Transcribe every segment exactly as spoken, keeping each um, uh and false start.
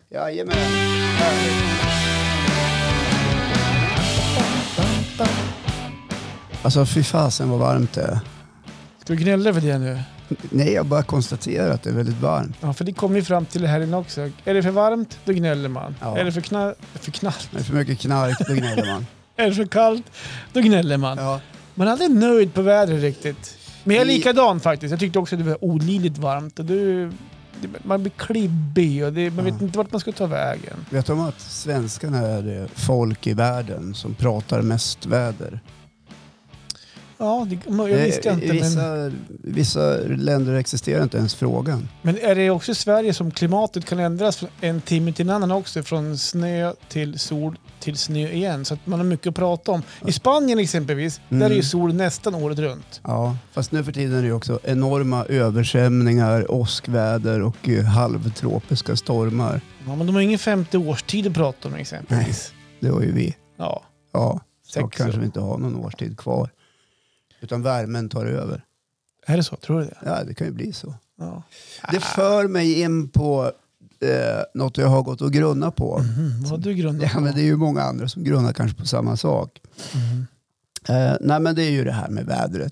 Jajamän. Alltså fy fasen vad varmt det är. Ska vi gnälla för det nu? Nej, jag bara konstaterar att det är väldigt varmt. Ja, för det kommer ju fram till det här inne också. Är det för varmt, då gnäller man. Ja. Är det för, knall, för knallt? Är det för mycket knark, då gnäller man. Är det för kallt, då gnäller man. Ja. Man är aldrig nöjd på vädret riktigt. Men jag är I... likadan faktiskt. Jag tyckte också att det var olidligt varmt. Och det, det, man blir klibbig och det, man Ja. vet inte vart man ska ta vägen. Vet du om att svenskarna är det folk i världen som pratar mest väder? Ja, det, jag visste inte. I vissa, Men, vissa länder existerar inte ens frågan. men är det också i Sverige som klimatet kan ändras från en timme till en annan också? Från snö till sol till snö igen. Så att man har mycket att prata om. I Spanien exempelvis, Mm. där är ju sol nästan året runt. Ja, fast nu för tiden är det också enorma översvämningar, åskväder och uh, halvtropiska stormar. Ja, men de har ingen femte årstid att prata om exempelvis. Det har ju vi. Ja, Ja, så Sex kanske år. vi inte har någon årstid kvar. Utan värmen tar över. är det så? Tror du det? Ja, det kan ju bli så. Ja. Det för mig in på eh, något jag har gått och grunnat på. Mm, vad har du grundat Ja, men det är ju många andra som grunnar kanske på samma sak. Mm. Eh, nej, men det är ju det här med vädret.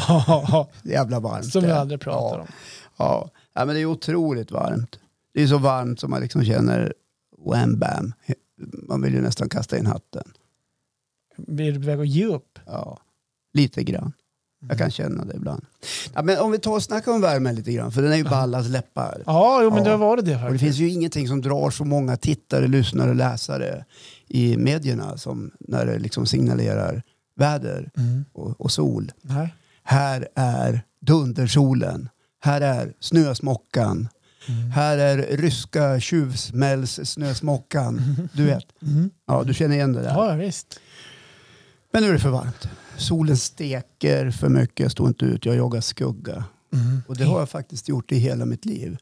Ja, Det är jävla varmt. som vi det. aldrig pratar ja. om. Ja. ja, men det är otroligt varmt. Det är så varmt som man liksom känner wham bam. Man vill ju nästan kasta in hatten. Vi är på väg att ge upp. Ja, lite grann. Jag kan känna det ibland. Ja, men om vi tar och snackar om värmen lite grann. För den är ju bara allas läppar. Ja, jo, men Ja. det har varit det Och det faktiskt. finns ju ingenting som drar så många tittare, lyssnare och läsare i medierna som när det liksom signalerar väder Mm. och, och sol. Nej. Här är dundersolen. Här är snösmockan. Mm. Här är ryska tjuvsmälls-snösmockan. Du vet. Mm. Ja, du känner igen det där. Ja, visst. Men nu är det för varmt. Solen steker för mycket. Jag står inte ut. Jag jagar skugga. Mm. Och det har jag faktiskt gjort i hela mitt liv.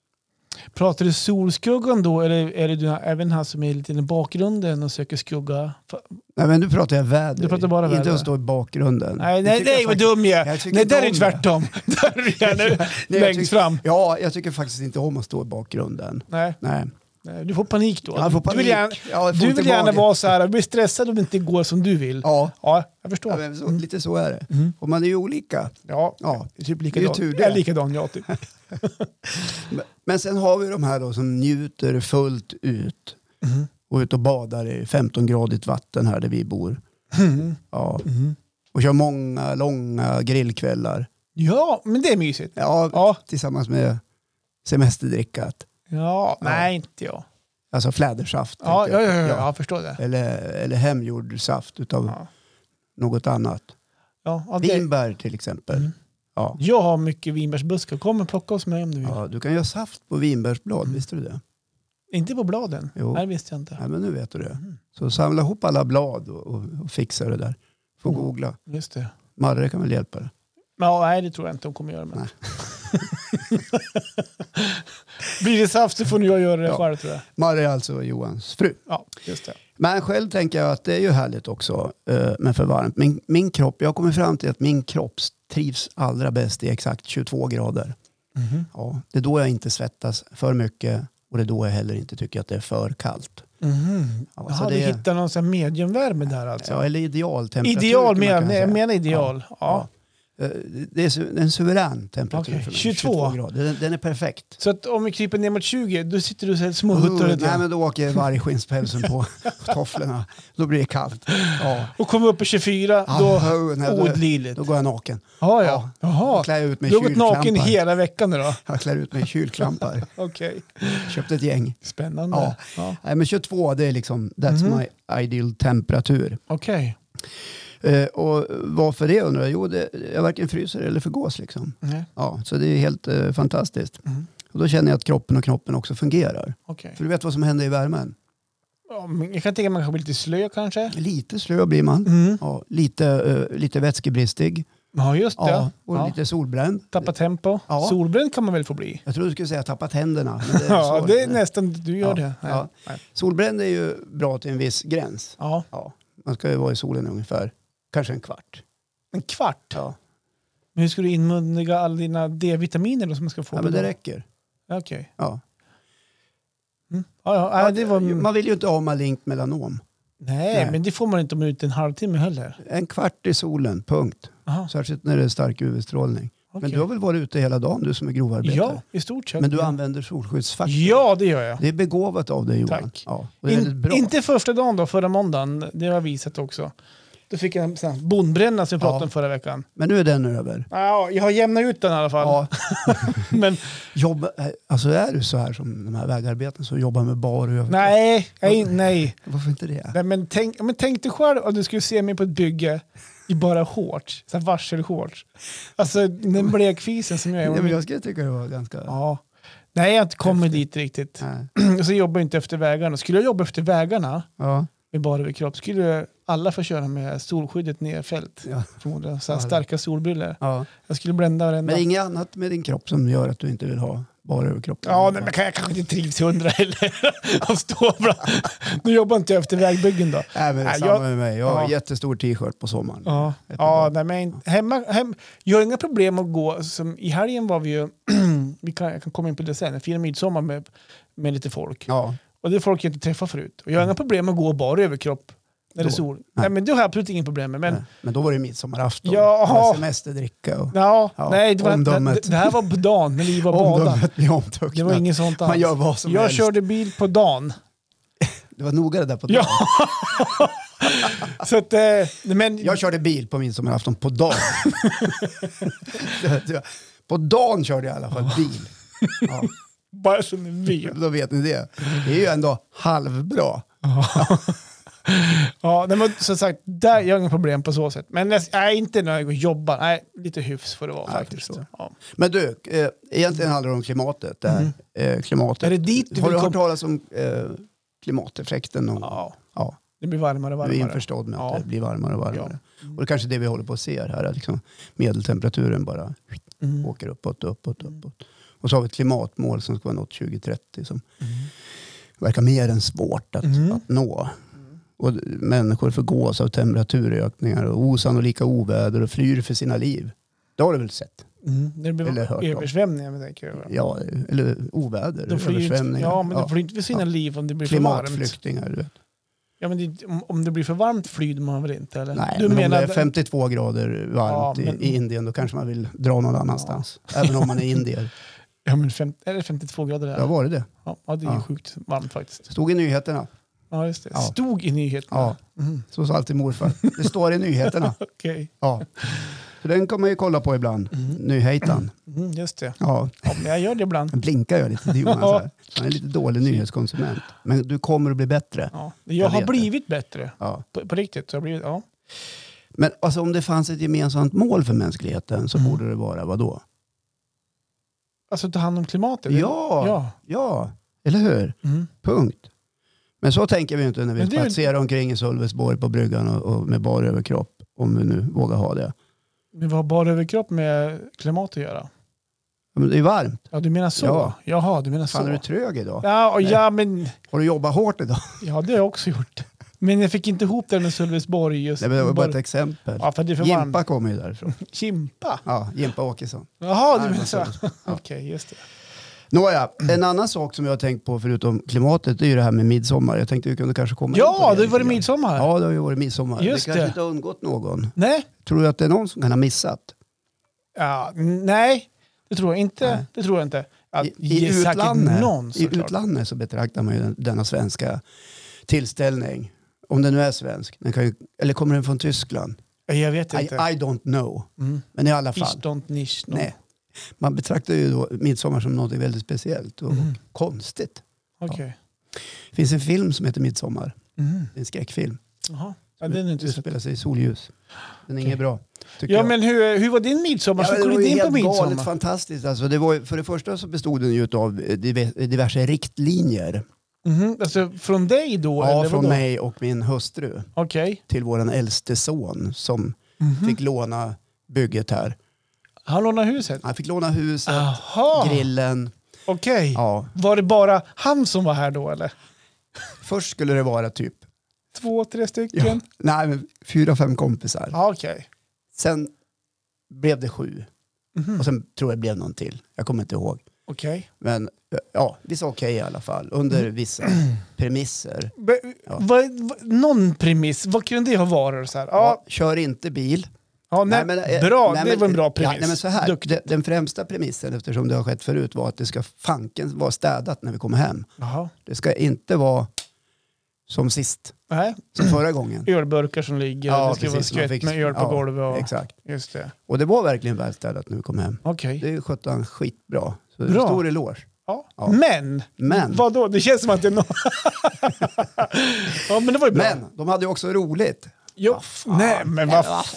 Pratar du solskuggan då? Eller är det du, även han som är lite i bakgrunden och söker skugga? Nej, men nu pratar jag väder. Du pratar bara Inte väder. att stå i bakgrunden. Nej, Jag nej, tycker nej jag vad faktiskt- dum jag jag är. tycker Nej, inte där är om det det. tvärtom. Där är jag nu Nej, jag längst tycker- fram. Ja, jag tycker faktiskt inte om att stå i bakgrunden. Nej, Nej. nej, du får panik då. Jag får Du vill panik. gärna, Ja, jag får du inte vill gärna magen. vara så här, du blir stressad om det inte går som du vill. Ja, Ja, jag förstår. ja men så, lite så är det. Mm. Och man är ju olika. Ja, Ja. det är typ Det är ju likadan. tur det. Jag är likadan, jag typ. Men- Men sen har vi de här då som njuter fullt ut. Mm. Och ut och badar i femton-gradigt vatten här där vi bor. Mm. Ja. Mm. Och kör många, långa grillkvällar. Ja, men det är mysigt. Ja, Ja, tillsammans med semesterdrickat. ja. nej inte jag. Alltså flädersaft. Ja, tänkte ja, ja, jag. ja, jag förstår det. Eller, eller hemgjord saft utav Ja. något annat. Ja, ja, det. Vinbär till exempel. Mm. Ja. Jag har mycket vinbärsbuskar. Kom och plocka hos mig om du vill. Ja, du kan göra saft på vinbärsblad, Mm. visste du det? Inte på bladen. Jo. Nej, visste jag inte. Nej, men nu vet du det. Mm. Så samla ihop alla blad och, och, och fixa det där. Får Mm. googla. Just det. Marre kan väl hjälpa dig. Ja, nej, det tror jag inte de kommer göra. Men. Nej. Blir det saft så får ni jag göra det Ja. själv, tror jag. Marre är alltså Johans fru. Ja, just det. Men själv tänker jag att det är ju härligt också eh, med för varmt. Min, min kropp, jag har kommit fram till att min kropp trivs allra bäst i exakt tjugotvå grader. Mhm. Ja, det är då jag inte svettas för mycket och det är då jag heller inte tycker att det är för kallt. Mhm. Ja, Jaha, så du det- hittar någon sån här mediumvärme där alltså? Ja, eller idealtemperatur. Ideal, kan man men, kunna jag säga. menar ideal. Ja. Ja. Eh, Det är su- en suverän temperatur Okej, för mig. tjugotvå. grader. Den, den är perfekt. Så att om vi kryper ner mot tjugo, då sitter du så här småhuttar lite nej, grann. men då åker vargskinnspälsen på tofflorna. Då blir det kallt. Ja. Och kommer upp i tjugofyra, då Ah, nej, då, odligligt. då går jag naken. Ja, ja. Ja. Jaha. Klär ut mig Du i har gått naken kylklampar. hela veckan nu då? Jag klär ut mig i kylklampar. Okej. Köpte ett gäng. Spännande. Ja. Ja. Nej, men tjugotvå, det är liksom, that's Mhm. my ideal temperatur. Okej. Eh, och varför det undrar jag? Jo, det, jag varken fryser eller förgås liksom. Nej. Ja, så det är helt eh, fantastiskt. Mhm. Och då känner jag att kroppen och knoppen också fungerar. Okej. För du vet vad som händer i värmen? Ja, men jag kan tänka att man kanske blir lite slö kanske. Lite slö blir man. Mm. Ja, lite, eh, lite vätskebristig. Ja, just det. Ja, och Ja. lite solbränd. Tappa tempo. Ja. Solbränd kan man väl få bli? Jag tror du skulle säga tappa tänderna. Men det är Ja, så. det är nästan du gör Ja, det. Nej. ja. Nej. Solbränd är ju bra till en viss gräns. Ja. Ja, man ska ju vara i solen ungefär kanske en kvart. En kvart? Ja, Men hur ska du inmundiga alla dina D-vitaminer då som man ska få? ja på men det dagen? räcker. Okej. Ja. Mm. Ja, ja, ja, det var... Man vill ju inte ha malignt melanom. Nej, Nej, men det får man inte om ut en halvtimme heller. En kvart i solen, punkt. Aha. Särskilt när det är stark U V-strålning. Okay. Men du har väl varit ute hela dagen, du som är grovarbetare? Ja, i stort sett. Men du ja. använder solskyddsfaktor? Ja, det gör jag. Det är begåvat av dig, Johan. Tack. Ja, och det är In, bra. inte första dagen då, förra måndagen. Det har jag visat också. Då fick jag en sån här bondbränna som vi pratade Ja. om förra veckan. Men nu är den över. Ja, jag har jämnat ut den i alla fall. Ja. Men Jobba, alltså är du så här som de här vägarbeten som jobbar med bar och över? nej, nej, nej. Varför inte det? nej men, tänk, men tänk dig själv om du skulle se mig på ett bygge i bara shorts. Så här varselshorts. Alltså den blekfisen som jag är. Ja, men jag skulle tycka det var ganska... Ja. Nej, jag har inte kommit dit riktigt. Nej. Och så jobbar jag inte efter vägarna. Skulle jag jobba efter vägarna Ja. med bara överkropp skulle alla få köra med solskyddet nedfällt. Ja. Förmodligen. Så här Ja. starka solbriller. Ja. Jag skulle blända varenda. Men inget annat med din kropp som gör att du inte vill ha bara överkroppen? Ja, nej, men kan jag kanske inte trivs hundra heller. Och stå bland. Nu jobbar inte jag efter vägbyggen då. Nej, men det är Nej, samma jag- med mig. Jag har Ja. jättestor t-shirt på sommaren. Ja, Jättebra. ja nej, men hemma, hem, jag har inga problem att gå. Som I helgen var vi ju, vi kan, jag kan komma in på det sen, fira midsommar med, med lite folk. Ja. Och det är folk jag inte träffat förut. Och jag har inga problem att gå bara överkropp när det är Då? sol. Nej. Nej. men det har jag absolut inget problem med. Men, Men, men då var det midsommarafton. Ja. Med semesterdricka och ja, Ja, nej, det, var, det, omdömet. det här var på dagen när vi var badade. omdömet blir omtöcknat. Det var inget sånt alls. Man gör vad som jag helst. körde bil på dagen. Det var noga det där på dagen. Ja. Så att, eh, men, Jag körde bil på midsommarafton på dagen. På dagen körde jag i alla fall bil. Ja, bara så ni vet. då vet ni det. Det är ju ändå halvbra. Ja, nej, men som sagt, där har jag inga problem på så sätt. Men jag är inte när jag går och jobbar. Nej, lite hyfs får det vara Ja, jag faktiskt. förstår. Ja. Men du, eh, egentligen handlar det om klimatet. Det här. Mm. Eh, klimatet. Är det dit du Har vill du hört komma? talas om eh, klimateffekten? Och, Ja, ja, det blir varmare och du är varmare. införstådd med Ja. att det blir varmare och varmare. Ja. Mm. Och det är kanske det vi håller på att se här. Att liksom medeltemperaturen bara Mm. åker uppåt, uppåt, uppåt. Och så har vi ett klimatmål som ska vara nått tjugo trettio som Mm. verkar mer än svårt att, Mm. att nå. Och människor förgås av temperaturökningar och osannolika oväder och flyr för sina liv. Det har du väl sett? Mm. Det blir Eller hört om. översvämningar, men tänker jag. Ja, eller oväder, De flyr inte, översvämningar. ja, men de flyr inte för sina Ja. liv om det blir för varmt. Klimatflyktingar, du vet. Ja, men det, om, om det blir för varmt flyr man väl inte? Eller? Nej, du men menar, om det är femtiotvå grader varmt Ja, men- i, i Indien då kanske man vill dra någon annanstans. Även om man är indier. ja, men fem, är det femtiotvå grader där? Det har varit det. Ja, ja, det är ju Ja. sjukt varmt faktiskt. Stod i nyheterna. Ja, just det. Ja. Stod i nyheterna. Ja, Mm. så sa alltid morfar. Det står i nyheterna. Okej. Ja. Så den kan man ju kolla på ibland. Mm. Nyhetan. Mm, just det. Ja, Ja, men jag gör det ibland. den blinkar jag lite till Jonas Ja. här. Han är lite dålig nyhetskonsument. Men du kommer att bli bättre. Ja. Jag, Jag har vet det. blivit bättre. Ja. På, på riktigt. Så jag har blivit, ja. Men alltså, om det fanns ett gemensamt mål för mänskligheten så Mm. borde det vara vad då? Alltså ta hand om klimatet. Ja, ja, Ja. eller hur? Mm. Punkt. Men så tänker vi inte när vi Men det är- spatserar omkring i Sölvesborg på bryggan och, och med bar överkropp. Om vi nu vågar ha det. Men vad har bara överkropp med klimat att göra? Men det är varmt. Ja, du menar så? Ja. Jaha, du menar så. Fan, är du trög idag? Ja, och Nej. ja, men Har du jobbat hårt idag? ja, det har jag också gjort. Men jag fick inte ihop det med Sölvesborg just. Nej, men det var bara bara- ett exempel. Ja, för det är för Jimpa varmt. kommer ju därifrån. Kimpa? Ja, Jimpa Åkesson. Jaha, du Nej, menar men så. så- Okej, just det. Nåja, en annan sak som jag har tänkt på förutom klimatet är ju det här med midsommar. Jag tänkte vi kunde kanske komma in Ja, på det lite var det grann. midsommar. Ja, det har ju varit midsommar. Just det kanske det. inte har undgått någon. Nej, Tror du att det är någon som kan ha missat? ja, nej, det tror jag inte. Nej. Det tror jag inte. Ja, I, det i, är säkert utlandet, någon I såklart. utlandet så betraktar man ju den, denna svenska tillställning. Om den nu är svensk. Den kan ju, eller kommer den från Tyskland? Jag vet I, inte. I don't know. Mm. Men i alla fall. Ich don't nicht. No. Nej. Man betraktar ju då midsommar som något väldigt speciellt och Mm. konstigt. Okej. Det finns en film som heter Midsommar. Mm. Det är en skräckfilm. Jaha. Ja, det är inte Det så. spelar sig i solljus. Den är inget bra. tycker Ja, jag. men hur, hur var din midsommar? Ja, Så det kom var du ju in på helt galet midsommar? fantastiskt. Alltså, det var, ju- för det första så bestod den ju av diver- diverse riktlinjer. Mhm. Alltså från dig då? Ja, eller från vadå? mig och min hustru Okej. till våran äldste son som Mhm. fick låna bygget här. Han lånade huset? Han fick låna huset, Jaha. grillen. Okej. Ja. Var det bara han som var här då eller? Först skulle det vara typ Två, tre ja, stycken? nej, men fyra, fem kompisar. Ja, okej. Sen blev det sju. Mhm. Och sen tror jag det blev någon till. Jag kommer inte ihåg. Okej. Men Ja, vissa okej okay i alla fall. Under vissa premisser. Be, ja. va, va, någon premiss, vad kunde det ha varit? Så här? Ja. Ja, kör inte bil. Ja, nej, nej, men, bra, nej, det men, var en bra premiss. Ja, nej, men så här, den, den främsta premissen, eftersom det har skett förut, var att det ska fanken vara städat när vi kommer hem. Aha. Det ska inte vara som sist. Nej. Som förra gången. Ölburkar som ligger. Ja, det ska precis, vara skvätt med öl på ja, golvet. Och, exakt. Just det. Och det var verkligen välstädat när vi kom hem. Okay. Det är sjutton skitbra. Så bra. En stor eloge. Ja. Ja. Men, men, vadå? Det känns som att det är något... ja, men det var ju bra. Men, de hade ju också roligt. Jo, nej, men vad fan.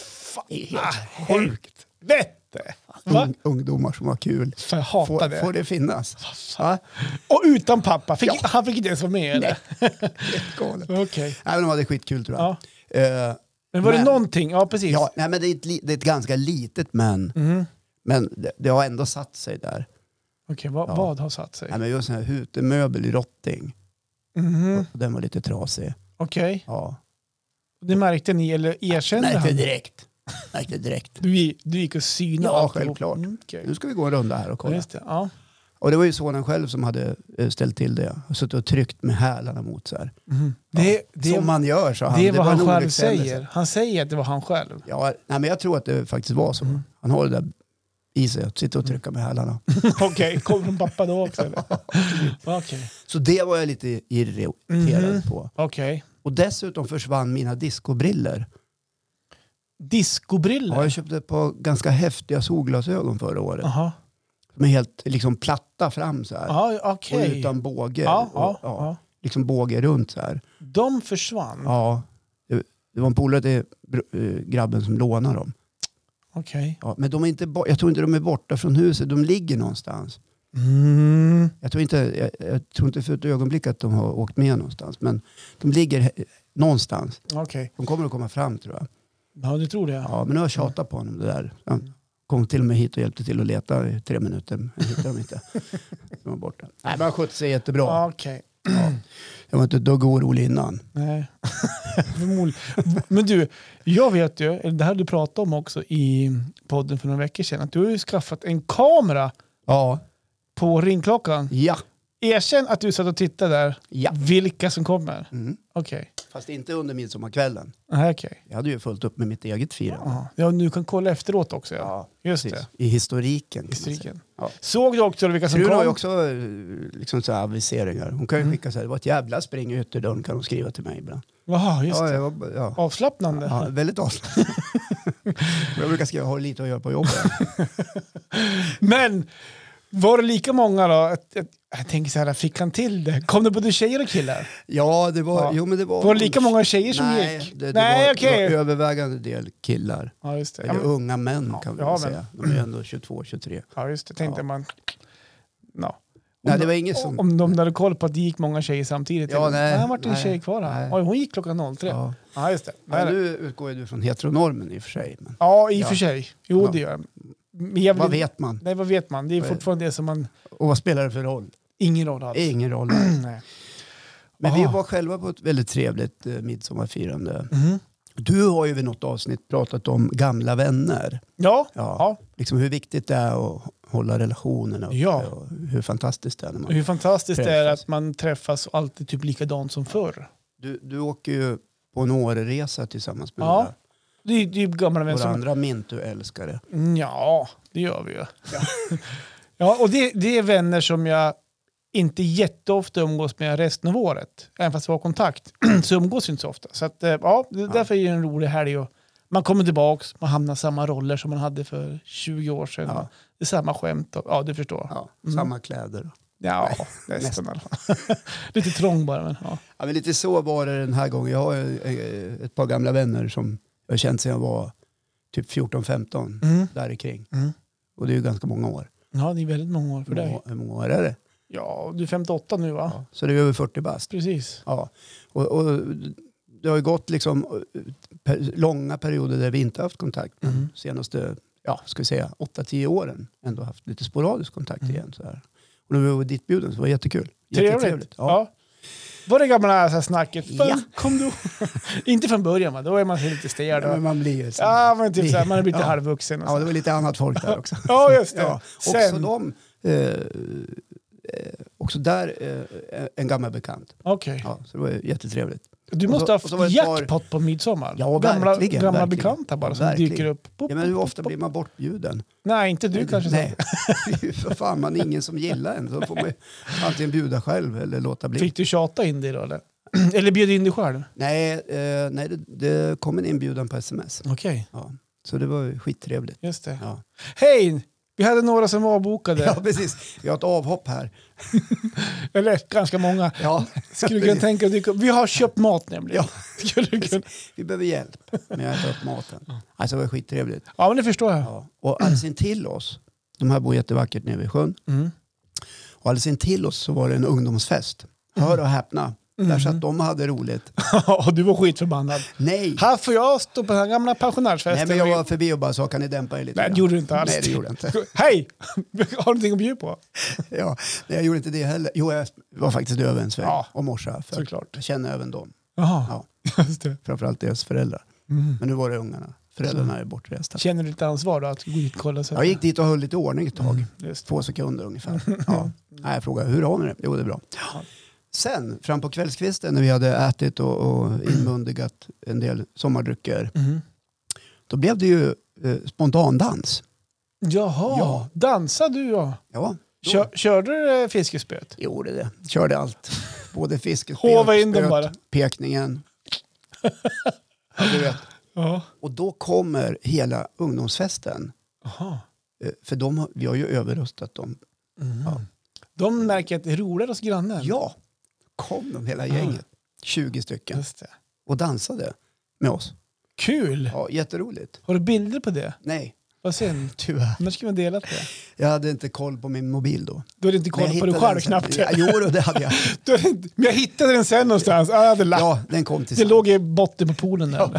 Sjukt. Vette. Un, ungdomar som var kul. Jag hatar får, det. Får det finnas? Ja. Och utan pappa. Fick, ja. Han fick inte ens vara med, eller? Helt galet. Okay. Nej, men de hade skitkul, tror jag. Ja. Uh, men var men, det någonting? Ja, precis. Ja, nej, men det är, ett, det är ett ganska litet men. Mm. Men det, det har ändå satt sig där. Okej, okay, vad, ja. vad har satt sig? Nej, men vi har en sån här hutemöbel i Rotting. Mm. Och den var lite trasig. Okej. Okay. Ja. Det märkte ni, eller erkände han? Nej, inte direkt. Nej, inte direkt. Du, du gick och synade ja, allt. Självklart. Mm, okay. Nu ska vi gå en runda här och kolla. Ja, just det. Ja. Och det var ju sonen själv som hade ställt till det. Och suttit och tryckt med hälarna mot så här. Mm. Det, ja, det, som man gör, så han. Det är vad det han själv säger. Han säger att det var han själv. Ja, nej, men jag tror att det faktiskt var så. Mm. Han har det där i sig att sitta och trycka med hälarna. Okej, okay. Kom från pappa då också? Eller? Okay. Så det var jag lite irriterad mm. på. Okay. Och dessutom försvann mina discobriller. Discobriller? Ja, jag köpte ett par ganska häftiga solglasögon förra året. Aha. De är helt liksom platta fram så här. Aha, okay. Och utan båge. Ja, och, ja, ja, ja. Liksom båge runt så här. De försvann? Ja. Det, det var en polare till grabben som lånade dem. Okej. Okay. Ja, men de är inte bo- jag tror inte de är borta från huset. De ligger någonstans. Mm. Jag tror inte, jag, jag tror inte för ett ögonblick att de har åkt med någonstans. Men de ligger he- någonstans. Okay. De kommer att komma fram, tror jag. Ja, det tror det. Ja, men nu har jag tjatat på honom det där. Han kom till och med hit och hjälpte till att leta i tre minuter. Men jag hittade dem inte. De var borta. Nej, men han skötte sig jättebra. Okej. Ja. Jag var inte ett dugg orolig innan. Nej. Men du, jag vet ju, det här har du pratat om också i podden för några veckor sedan, att du har ju skaffat en kamera ja. på ringklockan. Ja. Erkänn att du satt och tittade där. Ja. Vilka som kommer. Mm. Okej. Okay. Fast inte under midsommarkvällen. Okej. Okay. Jag hade ju fullt upp med mitt eget firande. Ja, ja, du kan kolla efteråt också. Ja, ja just precis. Det. I historiken. historiken. Ja. Såg du också vilka som Frun kom? har ju också liksom så här aviseringar. Hon kan ju mm. skicka så här, det var ett jävla spring i ytterdörren, kan hon skriva till mig ibland. Jaha, just ja, det. Jag var, ja. Avslappnande. Ja, väldigt avslappnande. Jag brukar skriva, ha lite att göra på jobbet. Men var det lika många då? Jag, jag, jag tänker så här, fick han till det? Kom det både tjejer och killar? Ja, det var... Ja. Jo, men det var, var det lika många tjejer som nej, gick? Det, det nej, var, okej. Det var övervägande del killar. Ja, just det. Eller ja, men, unga män kan vi ja, väl säga. De är ändå tjugotvå tjugotre. Ja, just det. Tänkte ja. man... No. Nej, det var inget som... Om de hade koll på att det gick många tjejer samtidigt. Ja, nej. Nej, vart en tjej kvar här. Oj, hon gick klockan noll tre. Ja, ja just det. Ja, nu utgår du från heteronormen i och för sig. Men... Ja, i och ja. för sig. Jo, ja. det gör jag. jag vad vet man? Nej, vad vet man? Det är fortfarande det som man... Och vad spelar det för roll? Ingen roll alls. Ingen roll. Nej. Men Aha. vi var själva på ett väldigt trevligt eh, midsommarfirande. Mm. Du har ju vid något avsnitt pratat om gamla vänner. Ja. ja. ja. Liksom hur viktigt det är att hålla relationerna uppe. Ja. Och hur fantastiskt det är när man Hur fantastiskt träffas. det är att man träffas och alltid typ likadant som förr. Du, du åker ju på en åreresa tillsammans med ja. några. Det är ju gamla vänner som... som... andra Mintu-älskare. Ja, det gör vi ju. Ja, ja och det, det är vänner som jag inte jätteofta umgås med resten av året. Även fast vi har kontakt så umgås vi inte så ofta. Så att, ja, det, ja. därför är det en rolig helg. Och man kommer tillbaks, man hamnar samma roller som man hade för tjugo år sedan. Ja. Det är samma skämt. Och, ja, du förstår. Ja, mm. Samma kläder. Ja, Nej, nästan. Lite trång bara. Men, ja. Ja, men lite så var det den här gången. Jag har ett par gamla vänner som jag har känt sedan jag var typ fjorton femton. Mm. Där kring. Mm. Och det är ju ganska många år. Ja, det är väldigt många år för dig. Hur många år är det? Ja, du är femtioåtta nu va? Ja, så det är över fyrtio bast. Precis. Ja. Och, och det har ju gått liksom per, långa perioder där vi inte haft kontakt. Men mm. senaste, ja, ska vi säga, åtta tio åren ändå haft lite sporadisk kontakt mm. igen. Så här. Och när vi var ditbjuden så var det jättekul. Trevligt. Ja. Ja. Var det gamla så här snacket? Ja. Kom du? Inte från början, va? Då är man lite stel. Ja, men man blir så. Ja, men typ så här, man är lite ja. halvvuxen. Och ja, det var lite annat folk där också. Ja, just det. Ja. Sen... Också de... Eh, också där eh, en gammal bekant. Okej. Okay. Ja, så det var jättetrevligt. Du måste ha haft jackpot par... på midsommar. Ja, gamla, verkligen. Gamla verkligen. bekanta bara som verkligen. dyker upp. Pop, ja, men hur pop, ofta pop. blir man bortbjuden? Nej, inte du kanske. Nej, för fan, man är ingen som gillar en. Så får man antingen bjuda själv eller låta bli. Fick du tjata in dig då eller? Eller bjöd in dig själv? Nej, eh, nej det, det kom en inbjudan på sms. Okej. Okay. Ja, så det var ju skittrevligt. Just det. Ja. Hej! Vi hade några som var avbokade. Ja, precis. Vi har ett avhopp här. Eller ganska många. Ja. Skulle du kunna tänka dig, vi har köpt mat nämligen. Ja. Skulle kunna... Vi behöver hjälp med att äta upp maten. Alltså det var skittrevligt. Ja, men det förstår jag. Ja. Och alldeles in till oss, de här bor jättevackert nere vid sjön. Mm. Och alldeles in till oss så var det en ungdomsfest. Hör och häpna. Mm. Där satt de och hade roligt. Och du var skitförbannad. Nej. Här får jag stå på den här gamla pensionärsfesten. Nej, men jag var förbi och bara sa, kan ni dämpa er lite? Nej, det gjorde du inte alls. Nej, det gjorde jag inte. Hej! Har du någonting att bjuda på? Ja, nej, jag gjorde inte det heller. Jo, jag var faktiskt över en sväng ja, och morsa. För såklart. Jag känner även dem. Jaha, ja. Just det. Framförallt deras föräldrar. Mm. Men nu var det ungarna. Föräldrarna är bortresta. Känner du lite ansvar då att gå dit och kolla? Så jag gick dit och höll lite ordning ett tag. Mm, Två sekunder ungefär. Ja. Nej, jag frågade, hur har ni det? Jo, det är bra. Ja. Sen, fram på kvällskvisten när vi hade ätit och, och inmundigat en del sommardrycker. Mm. Då blev det ju eh, spontandans. Jaha, ja. Dansade du ja? Ja. Kör, körde du eh, fiskespöt? Jo, det det. Körde allt. Både fiskespöt, Hova in dem bara. Pekningen. Ja, du vet. Ja. Och då kommer hela ungdomsfesten. Aha. För de, vi har ju överröstat dem. Mm. Ja. De märker att det är roligare hos grannen. Ja, kom de hela gänget. tjugo stycken. Just det. Och dansade med oss. Kul! Ja, jätteroligt. Har du bilder på det? Nej. Vad sen? Tyvärr. När ska man dela det? Jag hade inte koll på min mobil då. Du hade inte koll på dig själv knappt? Ja, jo, det hade jag. Du hade inte... Men jag hittade den sen någonstans. Jag hade lagt... Ja, den kom till Det låg i botten på poolen där.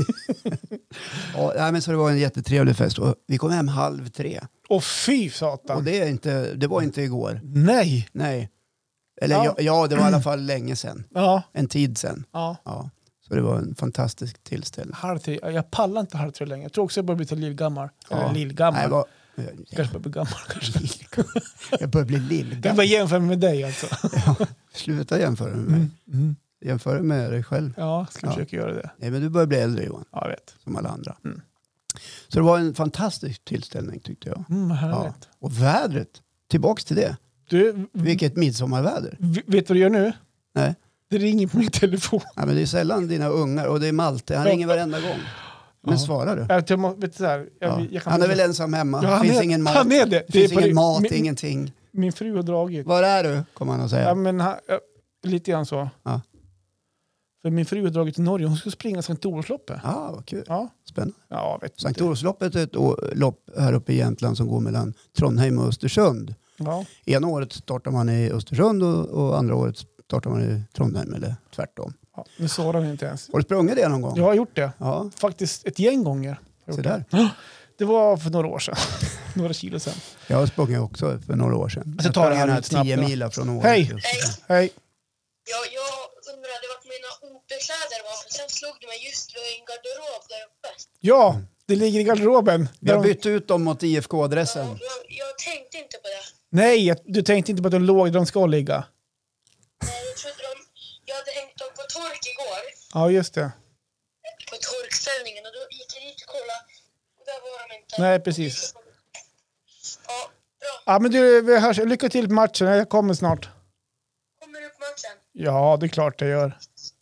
Ja, ja, men så det var en jättetrevlig fest. Och vi kom hem halv tre. Åh fy satan. Och det, är inte, det var inte igår. Nej. Nej. Eller ja, ja, ja det var i alla fall länge sedan. Ja. En tid sedan. Ja. Ja. Så det var en fantastisk tillställning. Halv tre. Jag pallar inte halv tre längre. Jag tror också jag börjar bli till lillgammal. Ja. Eller lillgammal. Nej, var... Jag kanske börjar bli gammal. Kanske. Jag börjar bli lillgammal. Jag börjar jämföra med dig alltså. Ja, sluta jämföra med mig. Mm. Mm. Jämföra med dig själv. Ja, ska ja. försöka göra det. Nej, men du börjar bli äldre, Johan. Ja, jag vet. Som alla andra. Mm. Så det var en fantastisk tillställning tyckte jag. Mm, ja. Och vädret, tillbaks till det. Du, vilket midsommarväder. Vet du vad du gör nu? Nej. Det ringer på min telefon. Ja, men det är sällan dina ungar, och det är Malte. Han ja. ringer varenda gång. Men ja. svarar du? Jag, jag, vet så här, jag, ja. jag kan han är väl ensam hemma. Ja, det finns är, ingen mat. Han är det. Det finns det ingen mat, min, ingenting. Min fru har dragit. Var är du? Kommer han att säga. Ja, men han, lite grann så. Ja. För min fru har dragit till Norge. Hon ska springa Sankt Olofsloppet. Ja, ah, vad kul. Ja. Spännande. Ja, vet Sankt Olofsloppet är ett lopp här uppe i Jämtland som går mellan Trondheim och Östersund. Ja. Ena året startar man i Östersund och, och andra året startar man i Trondheim eller tvärtom. Ja, nu svarar hon inte ens. Har du sprungit det någon gång? Jag har gjort det. Ja. Faktiskt ett gäng gånger. Så där. Det. det var för några år sedan. några kilo sedan. Jag har sprungit också för några år sedan. Så tar det här tio mila från året. Hej! Hej! Hej! Ja, jag undrade vart mina O P-kläder var, för sen slog det mig just vid en garderob där uppe. Ja, det ligger i garderoben. Vi har bytt ut dem mot I F K-adressen. Ja, jag, jag tänkte inte på det. Nej, du tänkte inte på att de låg där de ska ligga. Nej, jag trodde de... Jag hade hängt dem på tork igår. Ja, just det. På torkställningen, och då gick jag dit och kollade. Och där var de inte. Nej, precis. Ja, bra. Ja, men du, vi hörs. Lycka till på matchen. Jag kommer snart. Kommer du på matchen? Ja, det är klart jag gör.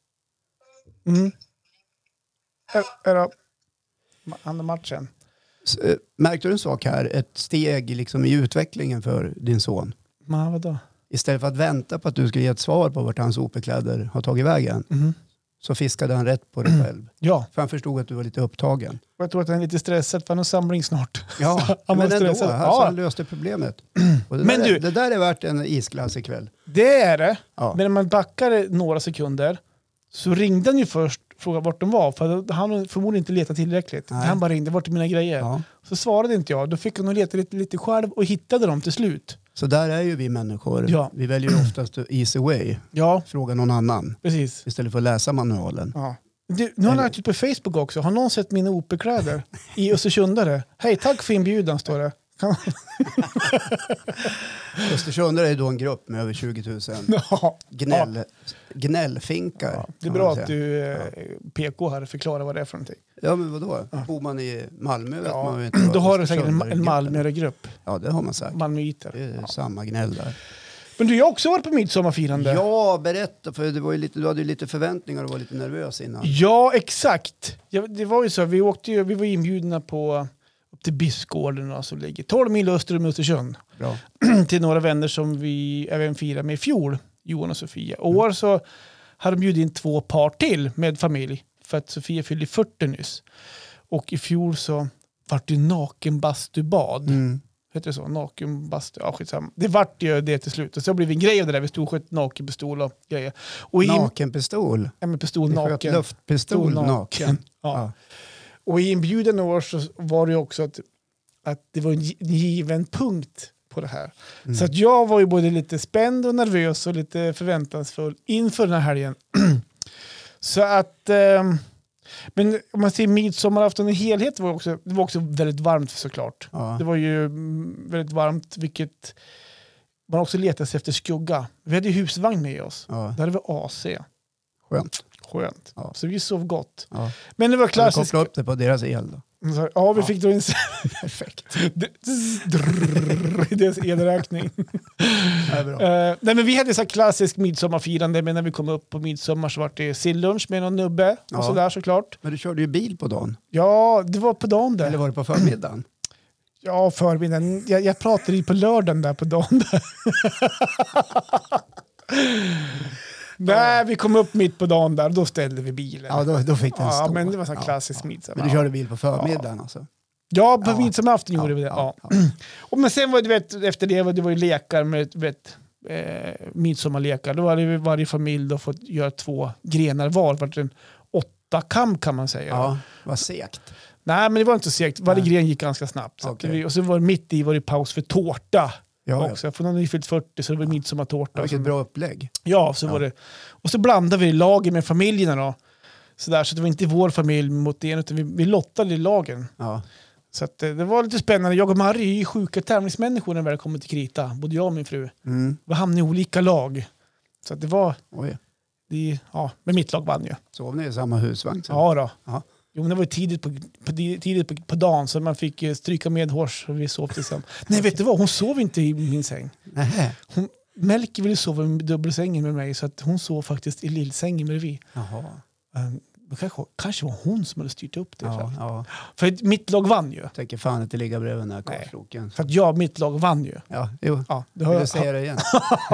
Mm. Är det andra matchen? Så, äh, märkte du en sak här? Ett steg liksom i utvecklingen för din son. Men vadå? Istället för att vänta på att du ska ge ett svar på vart hans O P-kläder har tagit vägen. Mm. Så fiskade han rätt på dig själv. Ja. För han förstod att du var lite upptagen. Jag tror att han är lite stressad för han har samling snart. Ja, han men ändå. Alltså, ja. Han löste problemet. Och det, men där du, är, det där är värt en isglass ikväll. Det är det. Ja. Men när man backar några sekunder så ringde han ju först och frågade vart de var. För han förmodligen inte letat tillräckligt. Nej. Han bara ringde, vart är mina grejer? Ja. Så svarade inte jag. Då fick han nog leta lite, lite själv och hittade dem till slut. Så där är ju vi människor. Ja. Vi väljer ju oftast easy way. Ja. Fråga någon annan. Precis. Istället för att läsa manualen. Ja. Du, nu har jag lagt ut på Facebook också. Har någon sett mina O P-kläder i Östersundare? Hej, tack för inbjudan, står det. Östersund är då en grupp med över tjugo tusen Ja. gnäll, Ja. gnällfinkar. Ja, det är kan bra man att säga. du eh, P K här förklarar vad det är för någonting. Ja, men vadå? Ja. Bor man i Malmö vet Ja, man ju inte vad då har du Östersund säkert är en, en gruppen. Malmö-grupp. Ja, det har man sagt. Malmöiter. Det är Ja. samma gnäll där. Men du har också varit på midsommarfirande. Ja, berätta. För det var ju lite, du hade ju lite förväntningar och var lite nervös innan. Ja, exakt. Ja, det var ju så. Vi, åkte ju, vi var inbjudna på upp till Bispgården och som ligger tolv mil öster om Östersund. Bra. Till några vänner som vi även firade med i fjol, Johan och Sofia. Och år så hade de bjudit in två par till med familj. För att Sofia fyllde fyrtio nyss. Och i fjol så var det nakenbastubad. Mm. Heter det så? Nakenbastu? Ja, skitsamma. Det vart ju det till slut. Och så blev det en grej av det där. Vi stod och sköt nakenpistol och grejer. Och i, Nakenpistol. ja, men pistol Ni sköt naken. luftpistol Pistol naken. Ja. Ja. Och i inbjudan år så var det ju också att, att det var en gi- given punkt på det här. Mm. Så att jag var ju både lite spänd och nervös och lite förväntansfull inför den här helgen. Så att... ehm, men om man ser midsommarafton i helhet var också, det var också väldigt varmt såklart. Ja. Det var ju mm, väldigt varmt, vilket man också letade sig efter skugga. Vi hade ju husvagn med oss. Ja. Där hade vi A C. Skönt. Skönt. Ja. Så vi sov gott. Ja. Men det var Kan du klassiskt. koppla upp det på deras el då? Så, ja, vi Ja. fick då in Perfekt. i deras elräkning. Det är bra. Uh, nej, men vi hade så här klassisk midsommarfirande, men när vi kom upp på midsommar så var det sillunch med någon nubbe och Ja. sådär såklart. Men du körde ju bil på dagen. Ja, det var på dagen där. Eller var det på förmiddagen? Ja, förmiddagen. Jag, jag pratade ju på lördagen där på dagen där. Nej, vi kom upp mitt på dagen där, då ställde vi bilen. Ja, då, då fick den Ja, stå. men det var så här Ja, klassisk ja. midsommar. Men du körde bil på förmiddagen alltså? Ja, på Ja. midsommarafton gjorde Ja, vi det. Ja. ja, Och men sen var det, vet, efter det var det var ju lekar med vet, eh, midsommarlekar. Då hade vi varje familj då fått göra två grenar var. Vart en åtta kam kan man säga. Ja, vad segt. Nej, men det var inte så segt. Varje Nej. gren gick ganska snabbt. Så att Okej. vi, och så var det mitt i var det paus för tårta. Ja, Också. För någon hade ju fyllt fyrtio så det var midsommartårta. ja. Vilket bra upplägg. Ja, så Ja. var det. Och så blandade vi lagen med familjerna då. Så, där, så det var inte vår familj mot en, utan vi, vi lottade i lagen. Ja. Så att, eh, det var lite spännande. Jag och Marie är ju sjuka tävlingsmänniskor när vi väl kommer till krita. Både jag och min fru. Mm. Vi hamnade i olika lag. Så att det var... Oj. Det, ja, men mitt lag vann ju. Sov ni i samma husvagn sen? Ja då. Ja. Jo, men det var ju tidigt på, på, tidigt på, på dagen så man fick eh, stryka med hårs och vi sov tillsammans. Nej, vet du vad? Hon sov inte i min säng. Nähä. Hon, Melker ville sova i dubbelsängen med mig så att hon sov faktiskt i lillsängen bredvid. Jaha. Um, kanske, kanske var hon som hade styrt upp det. Ja, ja. För att mitt lag vann ju. Jag tänker fan inte ligga bredvid den här karlsloken. För att jag, mitt lag vann ju. Ja, jo. Ja, det Jag har vill jag. säga det igen.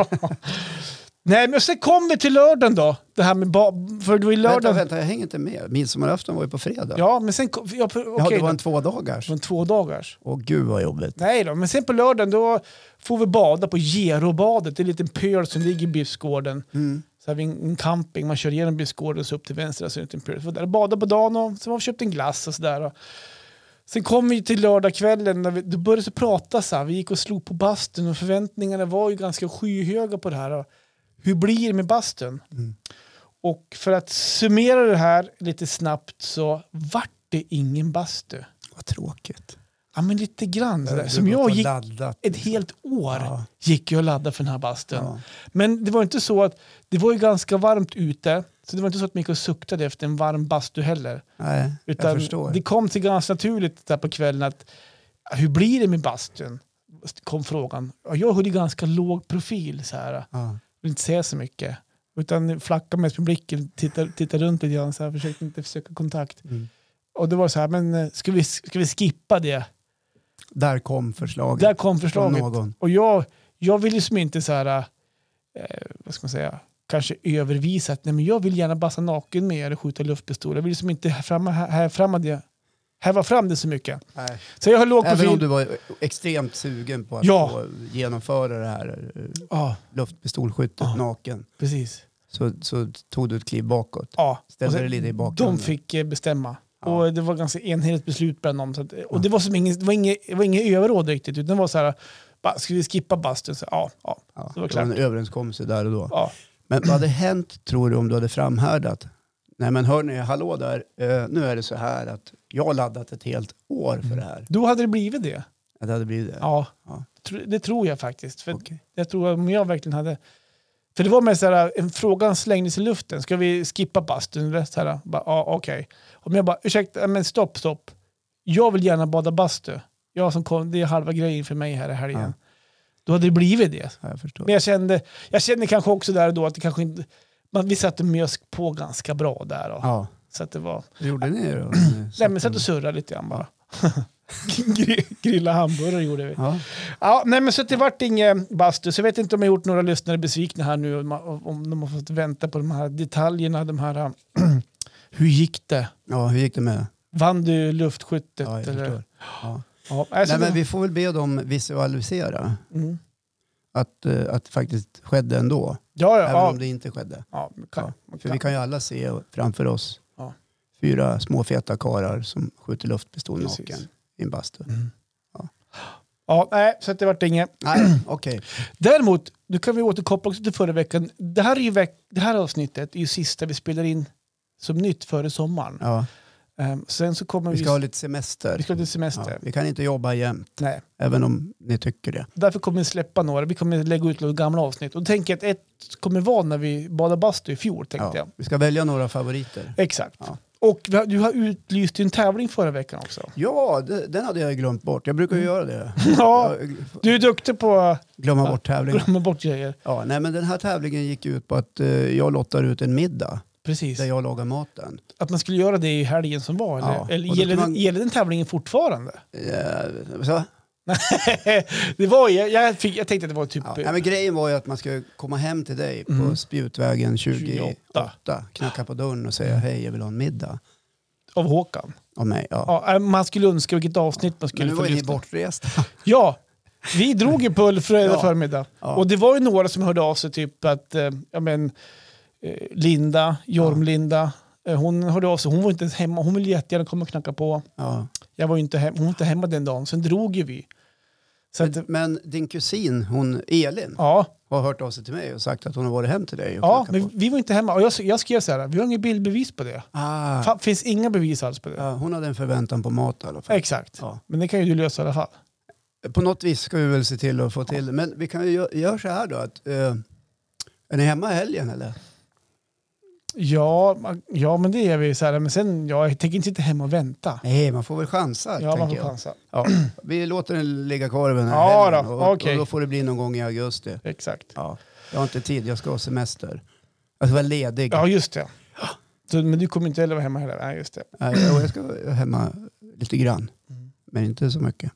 Nej, men sen kom vi till lördagen då. Det här med ba- för det var ju Vänta, lördagen. vänta, jag hänger inte med. Midsommarafton var ju på fredag. Ja, men sen kom, ja, på- okej, ja, det var då. en två dagars. Det var en två dagars. Åh gud vad jobbigt. Nej då, men sen på lördagen då får vi bada på Gerobadet. Det är en liten pöl som ligger i Bispgården. Mm. Så har vi en, en camping, man kör igenom Bispgården så upp till vänster. Så är det en pöl. Så där bada på dagen och så har vi köpt en glass och sådär. Sen kom vi till lördagskvällen, när vi, då började vi prata så här. Vi gick och slog på bastun och förväntningarna var ju ganska skyhöga på det här. Och hur blir det med bastun? Mm. Och för att summera det här lite snabbt så vart det ingen bastu. Vad tråkigt. Ja, men lite grann. Sådär. Du Som har jag gått och gick laddat. ett helt år Ja. gick jag och laddade för den här bastun. Ja. Men det var inte så att det var ju ganska varmt ute. Så det var inte så att man gick och suktade efter en varm bastu heller. Nej, jag Utan förstår. det kom till ganska naturligt där på kvällen att hur blir det med bastun? Kom frågan. Och jag höll ju ganska låg profil så här. Ja. Vill inte säga så mycket. Utan flacka mest med blicken, titta, titta runt lite grann så här, försökte inte försöka kontakt. Mm. Och det var så här, men eh, ska vi, ska vi skippa det? Där kom förslaget. Där kom från förslaget. någon. Och jag, jag vill liksom inte så här, eh, vad ska man säga, kanske övervisa att nej, men jag vill gärna basta naken med er och skjuta luftpistol. Jag vill liksom inte här fram, här, här fram det, häva fram det så mycket. Nej. Så jag har låg Även profil. om du var extremt sugen på att Ja. få genomföra det här eh, Ja, luftpistolskyttet Ja. naken precis. så, så tog du ett kliv bakåt. Ja. Ställde Och sen- det lite i bakgrunden. De fick eh, bestämma. Ja. Och det var ganska enhetligt beslut bland dem. Så att, och Ja. det var, som ingen, det var inget, det var inget överråd riktigt. Utan det var så här, bara, ska vi skippa bastun? Så, ja, ja. Ja, det var det var klart. en överenskommelse där och då. ja. Men vad hade hänt tror du om du hade framhärdat? Nej men hörni, hallå där. Eh, nu är det så här att jag har laddat ett helt år för det här. Då hade det blivit det. Ja, det hade blivit det. Ja, Ja. det tror jag faktiskt. För Okej. jag tror om jag verkligen hade... För det var med så här, en frågan slängdes i luften. Ska vi skippa bastun? Så här, bara, ja, okej. Om jag bara, ursäkta, men stopp, stopp. Jag vill gärna bada bastu. Jag som kom, det är halva grejen för mig här i helgen. Ja. Då hade det blivit det. Ja, jag förstår. Men jag kände, jag kände kanske också där då att det kanske inte... Man, vi satte mjösk på ganska bra där. Och, Ja. så att det var... Vad gjorde ni då? Nej, men satt och surrade lite grann bara. Grilla hamburgare gjorde vi. Ja. Ja, nej, men så det vart ingen bastu. Så jag vet inte om jag gjort några lyssnare besvikna här nu. Om, om de har fått vänta på de här detaljerna. De här, hur gick det? Ja, hur gick det med? Vann du luftskyttet? Ja, jag eller? förstår. Ja. Ja, alltså Nej, men det- vi får väl be dem visualisera mm. att, uh, att det faktiskt skedde ändå. Ja, ja. Även ja. om det inte skedde. ja, man kan, Ja, man För kan. vi kan ju alla se framför oss Ja. fyra små feta karar som skjuter luftpistol Precis. naken i en bastu. Mm. Ja, nej, så att det vart inget. Nej, okej. Däremot, nu kan vi återkoppla också till förra veckan. Det här, är ju veck- det här avsnittet är ju sista vi spelar in som nytt före sommaren. Ja. Um, sen så kommer Vi vi... ska ha lite semester. vi ska ha lite semester. Ja, vi kan inte jobba jämt, Nej. även om ni tycker det. Därför kommer vi släppa några. Vi kommer lägga ut några gamla avsnitt. Och tänker att ett kommer vara när vi badade bastu i fjol, tänkte Ja. jag. Vi ska välja några favoriter. Exakt. Ja. Och vi har, du har utlyst en tävling förra veckan också. Ja, det, den hade jag glömt bort. Jag brukar ju göra det. Ja, Jag du är duktig på att glömma bort tävlingen. glömma bort grejer. Ja, nej, men den här tävlingen gick ut på att eh, jag lottar ut en middag Precis. där jag lagar maten. Att man skulle göra det i helgen som var. Eller, Ja, eller och då gäller, kan den, man- gäller den tävlingen fortfarande? Eh, så? det var ju, jag, fick, jag tänkte att det var typ... Ja, nej, men grejen var ju att man ska komma hem till dig på Mm. Spjutvägen tjugoåtta. tjugoåtta, knacka på dörren och säga hej, jag vill ha en middag Av Håkan. av mig. Ja. Ja, man skulle önska vilket avsnitt man Men skulle nu få var ju ni lyssna. bortresta. Ja, vi drog ju på fredag Ja. förmiddag. Ja. Och det var ju några som hörde av sig, typ att eh, ja, men, eh, Linda, Jorm-Linda, eh, hon hörde av sig. Hon var inte ens hemma. Hon ville jättegärna komma och knacka på. Ja. Jag var ju inte hem, hon var inte hemma den dagen. Sen drog ju vi. Så att, Men, men din kusin, hon Elin, ja, har hört av sig till mig och sagt att hon har varit hem till dig och ja knackat men på. vi var inte hemma. Och jag, jag skrev så här, vi har inget bildbevis på det. Ah, Fa, finns inga bevis alls på det. ja, hon hade en förväntan på mat i alla fall. Exakt. Ja. Men det kan ju du lösa i alla fall. På något vis ska vi väl se till att få till det. Men vi kan ju gö- göra så här då. Att, eh, är ni hemma i helgen eller? Ja, man- ja, men det är vi så här. Men sen, ja, jag tänker inte sitta hemma och vänta. Nej, man får väl chansa. Ja, man tänker får jag. chansa. Ja, vi låter den ligga kvar över den här Ja helgen. då, och, okej. och då får det bli någon gång i augusti. Exakt. Ja. Jag har inte tid, jag ska ha semester. Jag ska vara ledig. Ja, just det. Så, men du kommer inte heller vara hemma heller? Nej, just det. Nej, jag, jag ska vara hemma lite grann. Mm. Men inte så mycket.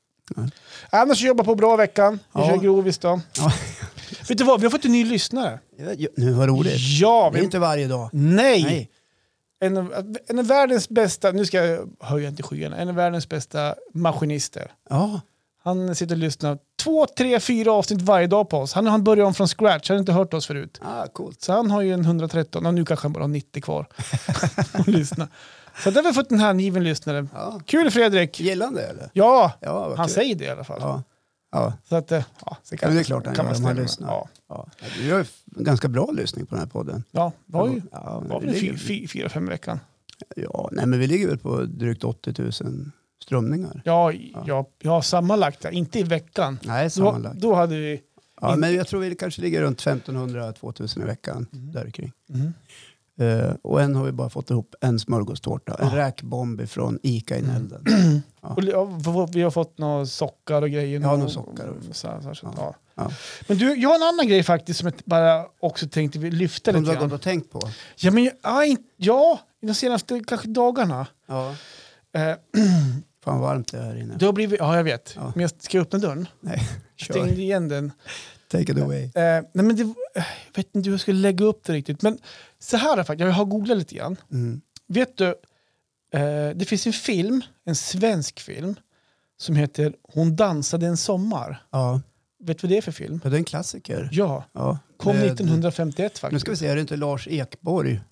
Annars jobbar på bra veckan. Vi Ja. kör grovis då. Ja. Vet du vad, vi har fått en ny lyssnare. Ja, nu var roligt. Ja, Det är vi... inte varje dag. Nej! Nej. En, av, en av världens bästa, nu ska jag höja inte skyarna, en av världens bästa maskinister. Ja, Han sitter och lyssnar två, tre, fyra avsnitt varje dag på oss. Han han börjar om från scratch, han har inte hört oss förut. ah, coolt. Så han har ju en hundratretton, och nu kanske han bara har nittio kvar. att lyssna. Så där har vi fått en hängiven lyssnare. Ja. Kul Fredrik! Gillande eller? Ja, Ja, vad han kul. säger det i alla fall. Ja. Ja. Så att, eh, ja, så Ja, det är klart han kan gör man om han stämma. lyssnar. Ja, Ja. Du gör ju f- ganska bra lyssning på den här podden. ja det var ju Ja, men var vi väl ligger- fy, fy, fyra, fem i veckan. Ja, nej, men vi ligger väl på drygt åttio tusen strömningar. Ja, ja. ja, sammanlagt. Inte i veckan. Nej, Då, sammanlagt. då hade vi... Ja, men jag tror vi kanske ligger runt femtonhundra till tvåtusen i veckan. Där kring. Mm. Uh, och än har vi bara fått ihop en smörgåstårta. En Ja. räkbomb från Ica i Nälden. Ja. Och, ja, vi- vi har fått några sockar och grejer. Ja, och- några sockar och- Så, så, så, Ja. ja. Ja. Men du, jag har en annan grej faktiskt som jag bara också tänkte vi lyfta Som du lite har gått grann. och tänkt på. Ja, men ja, in- ja, i de senaste kanske dagarna. Ja. Eh, Fan varmt det är här inne. det har blivit, ja, jag vet. Ja. Men jag ska öppna dörren. Nej, Jag kör. stängde igen den. Take it away. Eh, nej, men det, jag vet inte hur jag ska lägga upp det riktigt. Men så här är det faktiskt, jag har googlat lite grann. Mm. Vet du, eh, det finns en film, en svensk film, som heter Hon dansade en sommar. Ja. Vet du vad det är för film? ja, det är en klassiker. Ja, Ja. kom Med- nittonhundrafemtioett faktiskt. Nu ska vi se, är det inte Lars Ekborg?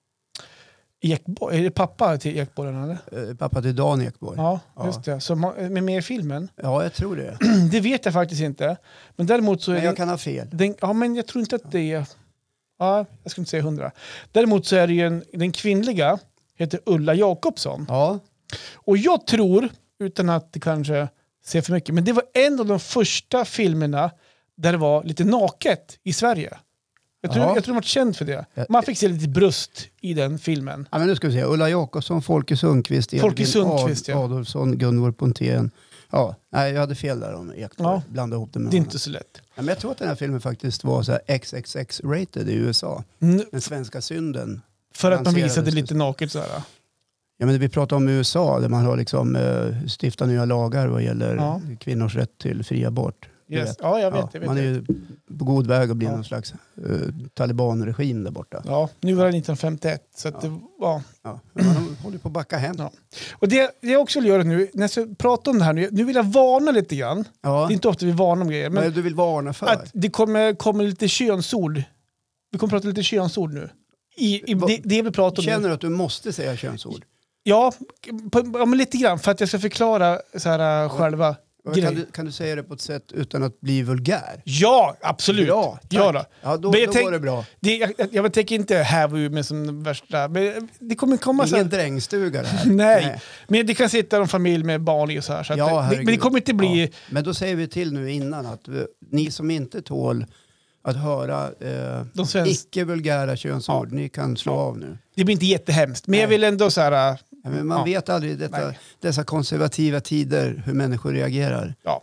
Ekborg, är det pappa till Ekborg eller? Eh, pappa till Dan Ekborg. Ja. Ja, just det. Så man, med med i filmen? jag tror det. Det vet jag faktiskt inte. Men däremot så är Men det... jag kan ha fel. Den, ja, men jag tror inte att det är... Ja, jag ska inte säga hundra. Däremot så är det ju en, den kvinnliga heter Ulla Jakobsson. Ja. Och jag tror, utan att det kanske se för mycket. Men det var en av de första filmerna där det var lite naket i Sverige. Jag tror, Ja. jag tror de var känd för det. Man fick se lite bröst i den filmen. Ja, men nu ska vi se. Ulla Jakobsson, Folke Sundqvist, Folke Edvin Sundqvist, Ad- ja. Adolfsson, Gunvor Pontén. Ja, nej, jag hade fel där om Ekborg. Ja. Blanda ihop det med Det är honom. inte så lätt. Ja, men jag tror att den här filmen faktiskt var så här X X X-rated i U S A. Mm, Den svenska synden. för att man lanserades visade det. lite naket så här. Ja, men vi pratar om U S A där man har liksom eh, stiftat nya lagar vad gäller Ja. kvinnors rätt till fri abort. Du Yes. vet. Ja, jag vet. Ja, jag vet man är jag ju vet. på god väg att bli Ja. någon slags uh, talibanregim där borta. Ja, nu var det nittonhundrafemtioett. Så att Ja. det, ja. Ja, men man håller på att backa hem. Ja. Och det, det jag också vill göra nu, när jag ska prata om det här nu, nu vill jag varna lite grann. Ja. Det är inte ofta vi varnar om grejer, Vad är men det du vill varna för? att det kommer, kommer lite könsord. Vi kommer prata lite könsord nu. I, i Va- det, det vi pratar om Känner nu. du att du måste säga könsord? Ja, på, ja, men lite grann för att jag ska förklara så här, uh, själva Kan grejer. du, kan du säga det på ett sätt utan att bli vulgär? Ja, absolut. Bra, tack. Ja, då. Ja, då, Men jag då tänk- var det bra. Det, jag, jag, jag tänker inte häva ur mig som värsta, men det kommer komma så Ingen här. drängstuga det här. Nej. Men det kan sitta en familj med barn i och så här. Så att Ja, det, men herregud. det kommer inte bli... Ja. Men då säger vi till nu innan att vi, ni som inte tål att höra eh, De svensk- icke-vulgära könsord, ni kan slå av nu. Det blir inte jättehemskt. Men jag Nej. vill ändå så här... Ja, men man Ja. vet aldrig i detta, Nej. dessa konservativa tider hur människor reagerar. Ja.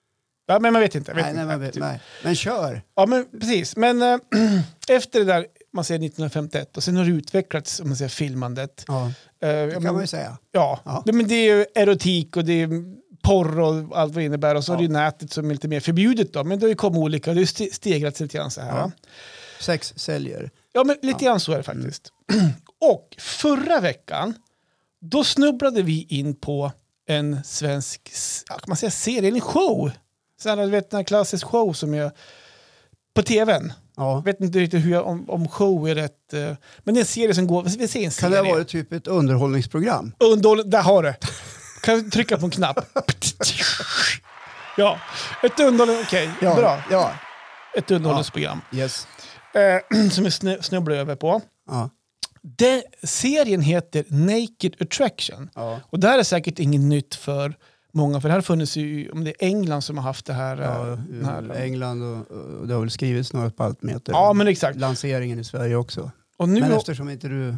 Ja, men man vet inte. Jag vet Nej, inte. nej, man vet, nej. Men kör! Ja, men precis. Men äh, efter det där, man säger nittonhundrafemtioett, och sen har det utvecklats, om man säger filmandet. Ja, Äh, det kan man ju säga. Ja, Ja. Men det är ju erotik och det är porr och allt vad det innebär. Och så Ja. är det ju nätet som är lite mer förbjudet då. Men det har ju kommit olika, det har ju st- stegrats lite grann så här. Ja. Ja, Sex säljer. ja men lite grann så är det faktiskt. Och förra veckan, då snubblade vi in på en svensk, ja, kan man säga serie, eller en show. Så här, du vet, en klassisk show som är på tvn. Ja. Jag vet inte riktigt hur jag, om, om show är rätt. eh, Men det är en serie som går, vi ser en Kan serie. det ha varit typ ett underhållningsprogram? Underhåll, där har du. Kan du trycka på en knapp? Ja, ett underhållning, okej, Ja, bra. Ja, Ett underhållningsprogram. yes. Eh, som jag snu- snubblar över på. Ja. Det, serien heter Naked Attraction. Ja. Och det här är säkert inget nytt för många, för det här har funnits ju, om det är England som har haft det här. Ja, eh, den här England och, och det har väl skrivits några spaltmeter. ja, men exakt. Lanseringen i Sverige också. Och nu Men har- eftersom inte du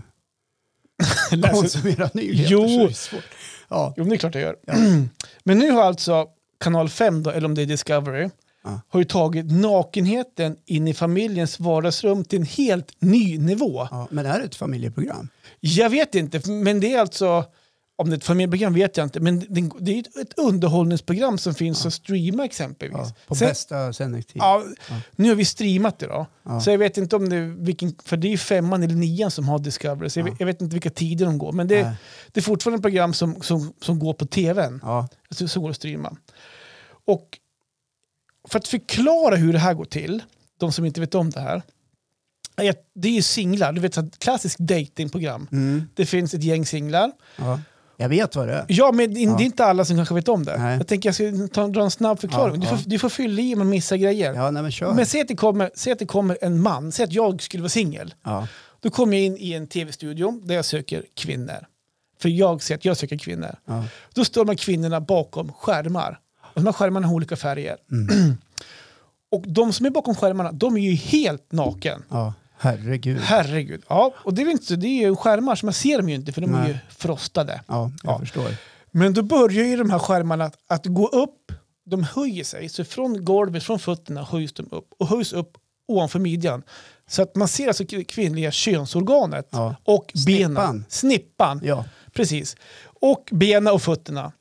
läser- konsumerar nyheter Jo. så är det svårt. Ja. Jo, det är klart jag gör. Ja. Men nu har alltså kanal fem, då, eller om det är Discovery, Ja. har ju tagit nakenheten in i familjens vardagsrum till en helt ny nivå. Ja, men är det ett familjeprogram? Jag vet inte, men det är alltså, om det är ett familjeprogram vet jag inte, men det, det är ett, ett underhållningsprogram som finns att streama exempelvis. Ja, på Sen- bästa sändningstid. Ja, Ja. nu har vi streamat det då. Ja. Så jag vet inte om det är vilken, för det är ju femman eller nian som har Discovery, så jag, Ja. vet, jag vet inte vilka tider de går. Men det, Nej. det är fortfarande ett program som, som, som går på tvn. Ja. Alltså, som går att streama. Och för att förklara hur det här går till, de som inte vet om det här, är att det är ju singlar, du vet, så ett klassiskt datingprogram. Mm. Det finns ett gäng singlar. Ja. Jag vet vad det är. Ja, men det Ja. är inte alla som kanske vet om det. Nej. Jag tänker jag ska ta, dra en snabb förklaring. Ja, Du, ja. får, du får fylla i om man missar grejer. Ja, nej men kör. Men säg att, det kommer, säg att det kommer en man, säg att jag skulle vara singel. Ja. Då kommer jag in i en tv-studio där jag söker kvinnor. För jag säger att jag söker kvinnor. Ja. Då står de här kvinnorna bakom skärmar. Och de här skärmarna har olika färger. Mm. Och de som är bakom skärmarna, de är ju helt naken. Ja. Herregud. Herregud. Ja, och det är, inte, det är ju skärmar som man ser dem ju inte för de är Nej. ju frostade. Ja, jag Ja. förstår. Men då börjar ju de här skärmarna att, att gå upp. De höjer sig. Så från golvet, från fötterna höjs de upp. Och höjs upp ovanför midjan. Så att man ser alltså kvinnliga könsorganet. Ja. Och Snippan. benen. Snippan. Ja. Precis. Och benen och fötterna.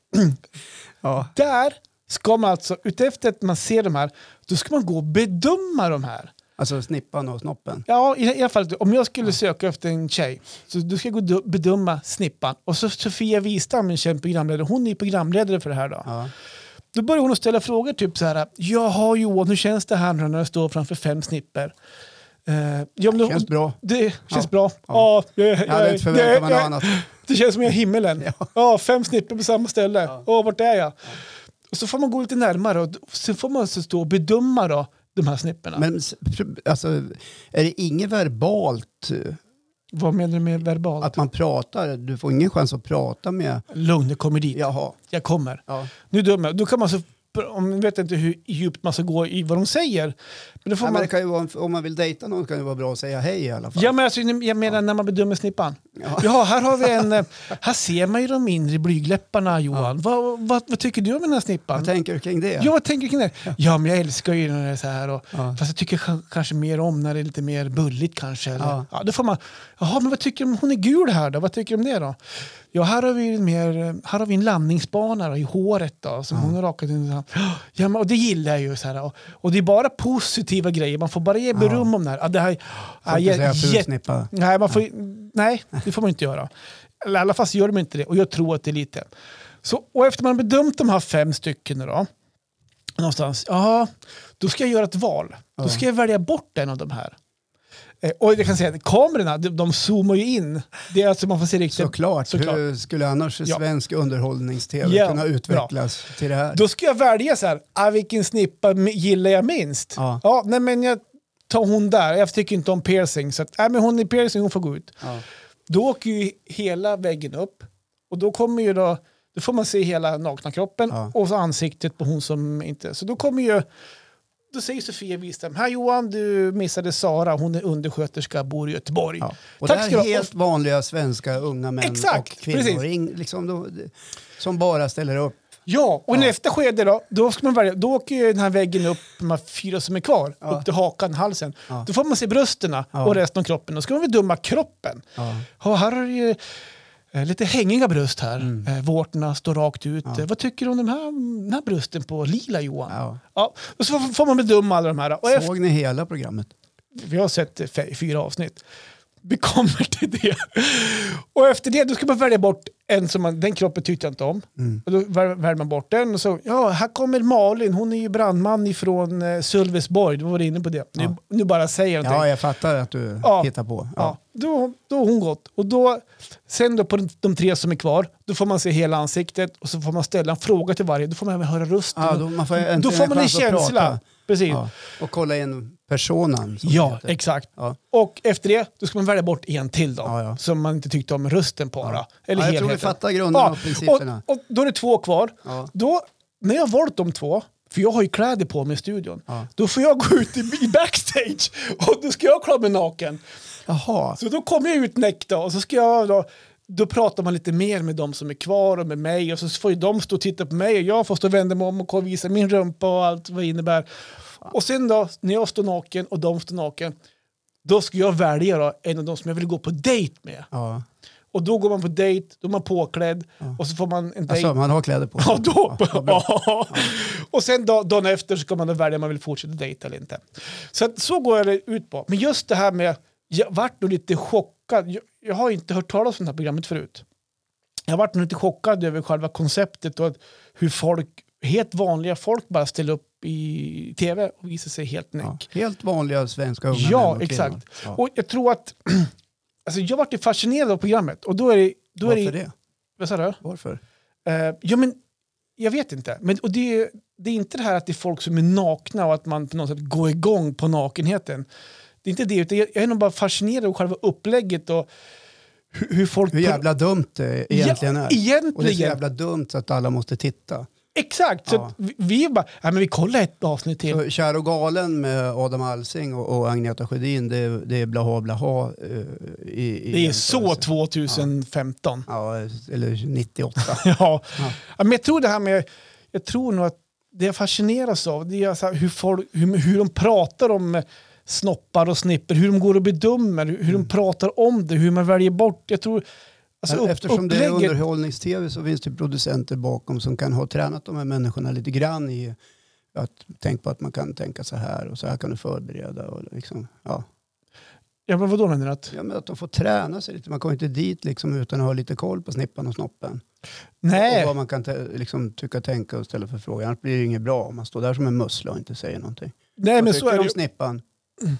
Ja. Där ska man alltså, utefter att man ser de här, då ska man gå och bedöma de här. Alltså snippan och snoppen. Ja, i, i alla fall om jag skulle söka efter en tjej, så då ska jag gå och bedöma snippan. Och så Sofia Wistam, en känd programledare, hon är programledare för det här då. Ja. Då börjar hon att ställa frågor typ så här: jaha Johan, hur känns det här när jag står framför fem snipper? Uh, ja, men Känns bra. Det känns Ja. bra. Ja. Ja, jag, Jag hade inte förväntat mig något annat. Det känns som jag är i himmelen. Ja. Ja, fem snipper på samma ställe. Ja. Åh, vart är jag? Och så får man gå lite närmare och så får man så stå och bedöma då, de här snipporna. Men s- alltså, är det inget verbalt eh, Vad menar du med verbalt? Att man pratar, du får ingen chans att prata med... Lugn, det kommer dit. Jaha. Jag kommer. Ja. Nu dömer jag. Då kan man så... Om vet inte hur djupt man ska gå i vad de säger. Men då får Nej, man... men det kan ju vara, om man vill dejta någon kan det vara bra att säga hej i alla fall. Ja, men alltså, jag menar ja. när man bedömer snippan. Ja. ja, här har vi en... Här ser man ju de mindre blygläpparna, Johan. Ja. Vad, vad, vad tycker du om den här snippan? Vad tänker du kring det? Ja, vad tänker du kring det? Ja, ja men jag älskar ju när det är så här. Och, ja. Fast jag tycker k- kanske mer om när det är lite mer bulligt kanske. Eller, ja. Ja. Då får man... Jaha, men vad tycker du om... Hon är gul här då. Vad tycker du om det då? Ja, här har vi mer... Här har vi en landningsbana då, i håret då. Som ja. hon har rakat in. Ja, men, och det gillar jag ju så här. Och, och det är bara positiva grejer. Man får bara ge beröm ja. om det här. Ja, det här får inte säga fulsnippa. Nej, man får, nej, det får man inte göra. Eller i alla fall gör de inte det. Och jag tror att det är lite. Så, och efter man bedömt de här fem stycken då. Någonstans. Ja, då ska jag göra ett val. Ja. Då ska jag välja bort en av de här. Eh, och jag kan säga att kamerorna, de, de zoomar ju in. Det är alltså man får se riktigt. Såklart. Såklart. Hur skulle annars ja. svensk underhållnings-tv ja, kunna utvecklas bra. till det här? Då ska jag välja så här. Ah, vilken snippa gillar jag minst? Ja. ja, nej men jag tar hon där. Jag tycker inte om piercing. Så att, nej men hon är piercing, hon får gå ut. Ja. Då åker ju hela väggen upp. Och då kommer ju då, då får man se hela nakna kroppen. Ja. Och så ansiktet på hon som inte. Så då kommer ju, då säger Sofia Wistam, här Johan, du missade Sara, hon är undersköterska, bor i Göteborg. Ja. Och Tack det är helt vanliga svenska unga män Exakt, och kvinnor in, liksom då, som bara ställer upp. Ja, och i ja. nästa skede då, då ska man välja, då åker ju den här väggen upp, de här fyra som är kvar, ja. upp till hakan, halsen. Ja. Då får man se brösterna ja. och resten av kroppen. Då ska man väl döma kroppen. Ja. Och här har ju eh, lite hängiga bröst här. Mm. Eh, vårtorna står rakt ut. Ja. Eh, vad tycker du om de här, den här brösten på lila, Johan? Ja. Ja. Och så får, får man bedöma alla de här. Och Såg efter, ni hela programmet? Vi har sett f- fyra avsnitt. Vi kommer till det. Och efter det, då ska man välja bort en som man, den kroppen tyckte jag inte om. Mm. Och då väljer man bort den. Och så, ja, här kommer Malin. Hon är ju brandman ifrån eh, Sölvesborg. Du var inne på det. Ja. Nu, nu bara säger jag någonting. Ja, jag fattar att du ja. hittar på. Ja. Ja. Då, då har hon gått. Och då, sen då på de, de tre som är kvar, då får man se hela ansiktet och så får man ställa en fråga till varje. Då får man även höra rösten. Ja, då, man får då får man en känsla. Precis. Ja. Och kolla in personen. Ja, exakt. Ja. Och efter det, då ska man välja bort en till då. Ja, ja. Som man inte tyckte om rösten på. Ja. Eller ja, jag tror vi fattar grunderna ja. och principerna. Och, och då är det två kvar. Ja. Då, när jag har valt de två, för jag har ju kläder på mig i studion, ja. då får jag gå ut i, i backstage och då ska jag klara mig naken. Jaha. Så då kommer jag ut näckta och så ska jag då, då pratar man lite mer med de som är kvar och med mig och så får ju de stå och titta på mig och jag får stå och vända mig om och visa min rumpa och allt vad det innebär. Och sen då, när jag står naken och de står naken, då ska jag välja då, en av de som jag vill gå på dejt med. Ja. Och då går man på dejt, då är man påklädd ja. och så får man en dejt. Alltså, man har kläder på. Ja, då. Ja, ja. ja. Och sen då, dagen efter så ska man då välja om man vill fortsätta dejta eller inte. Så, att, så går jag ut på. Men just det här med, jag vart nog lite chockad. Jag, jag har inte hört talas om det här programmet förut. Jag vart nog lite chockad över själva konceptet och hur folk, helt vanliga folk bara ställer upp i tv och visar sig helt näck. Ja, helt vanliga svenska unga ja, män och exakt. Ja. Och jag tror att alltså jag vart fascinerad av programmet och då är det då Varför är det, det? Vad sa du? Varför? Uh, ja men jag vet inte. Men och det, det är inte det här att det är folk som är nakna och att man på något sätt går igång på nakenheten. Det är inte det, utan jag är nog bara fascinerad av själva upplägget och hur, hur folk... Hur jävla dumt det egentligen ja, är. Egentligen. Och det är så jävla dumt så att alla måste titta. Exakt, så ja. vi, vi bara, ja men vi kollar ett avsnitt till. Så Kär och galen med Adam Alsing och, och Agneta Sjödin, det, det är blaha blaha. Uh, i, i det är så tjugohundrafemton. Ja, ja eller nittioåtta. ja. Ja. ja, men jag tror det här med, jag tror nog att det jag fascineras av, det är så här hur, folk, hur, hur de pratar om snoppar och snipper, hur de går och bedömer, hur mm. de pratar om det, hur man väljer bort. Jag tror alltså upp, eftersom upplägget... det är underhållnings-tv så finns det producenter bakom som kan ha tränat de här människorna lite grann i att tänka på att man kan tänka så här och så här kan du förbereda och liksom, ja. Ja, men vad då menar du? Att... Ja, men att de får träna sig lite. Man kommer inte dit liksom utan att ha lite koll på snippan och snoppen. Nej. Och vad man kan t- liksom tycka, tänka och ställa för frågor. Annars blir det inget bra om man står där som en mussla och inte säger någonting. Nej, vad men så är det om ju. snippan? Mm.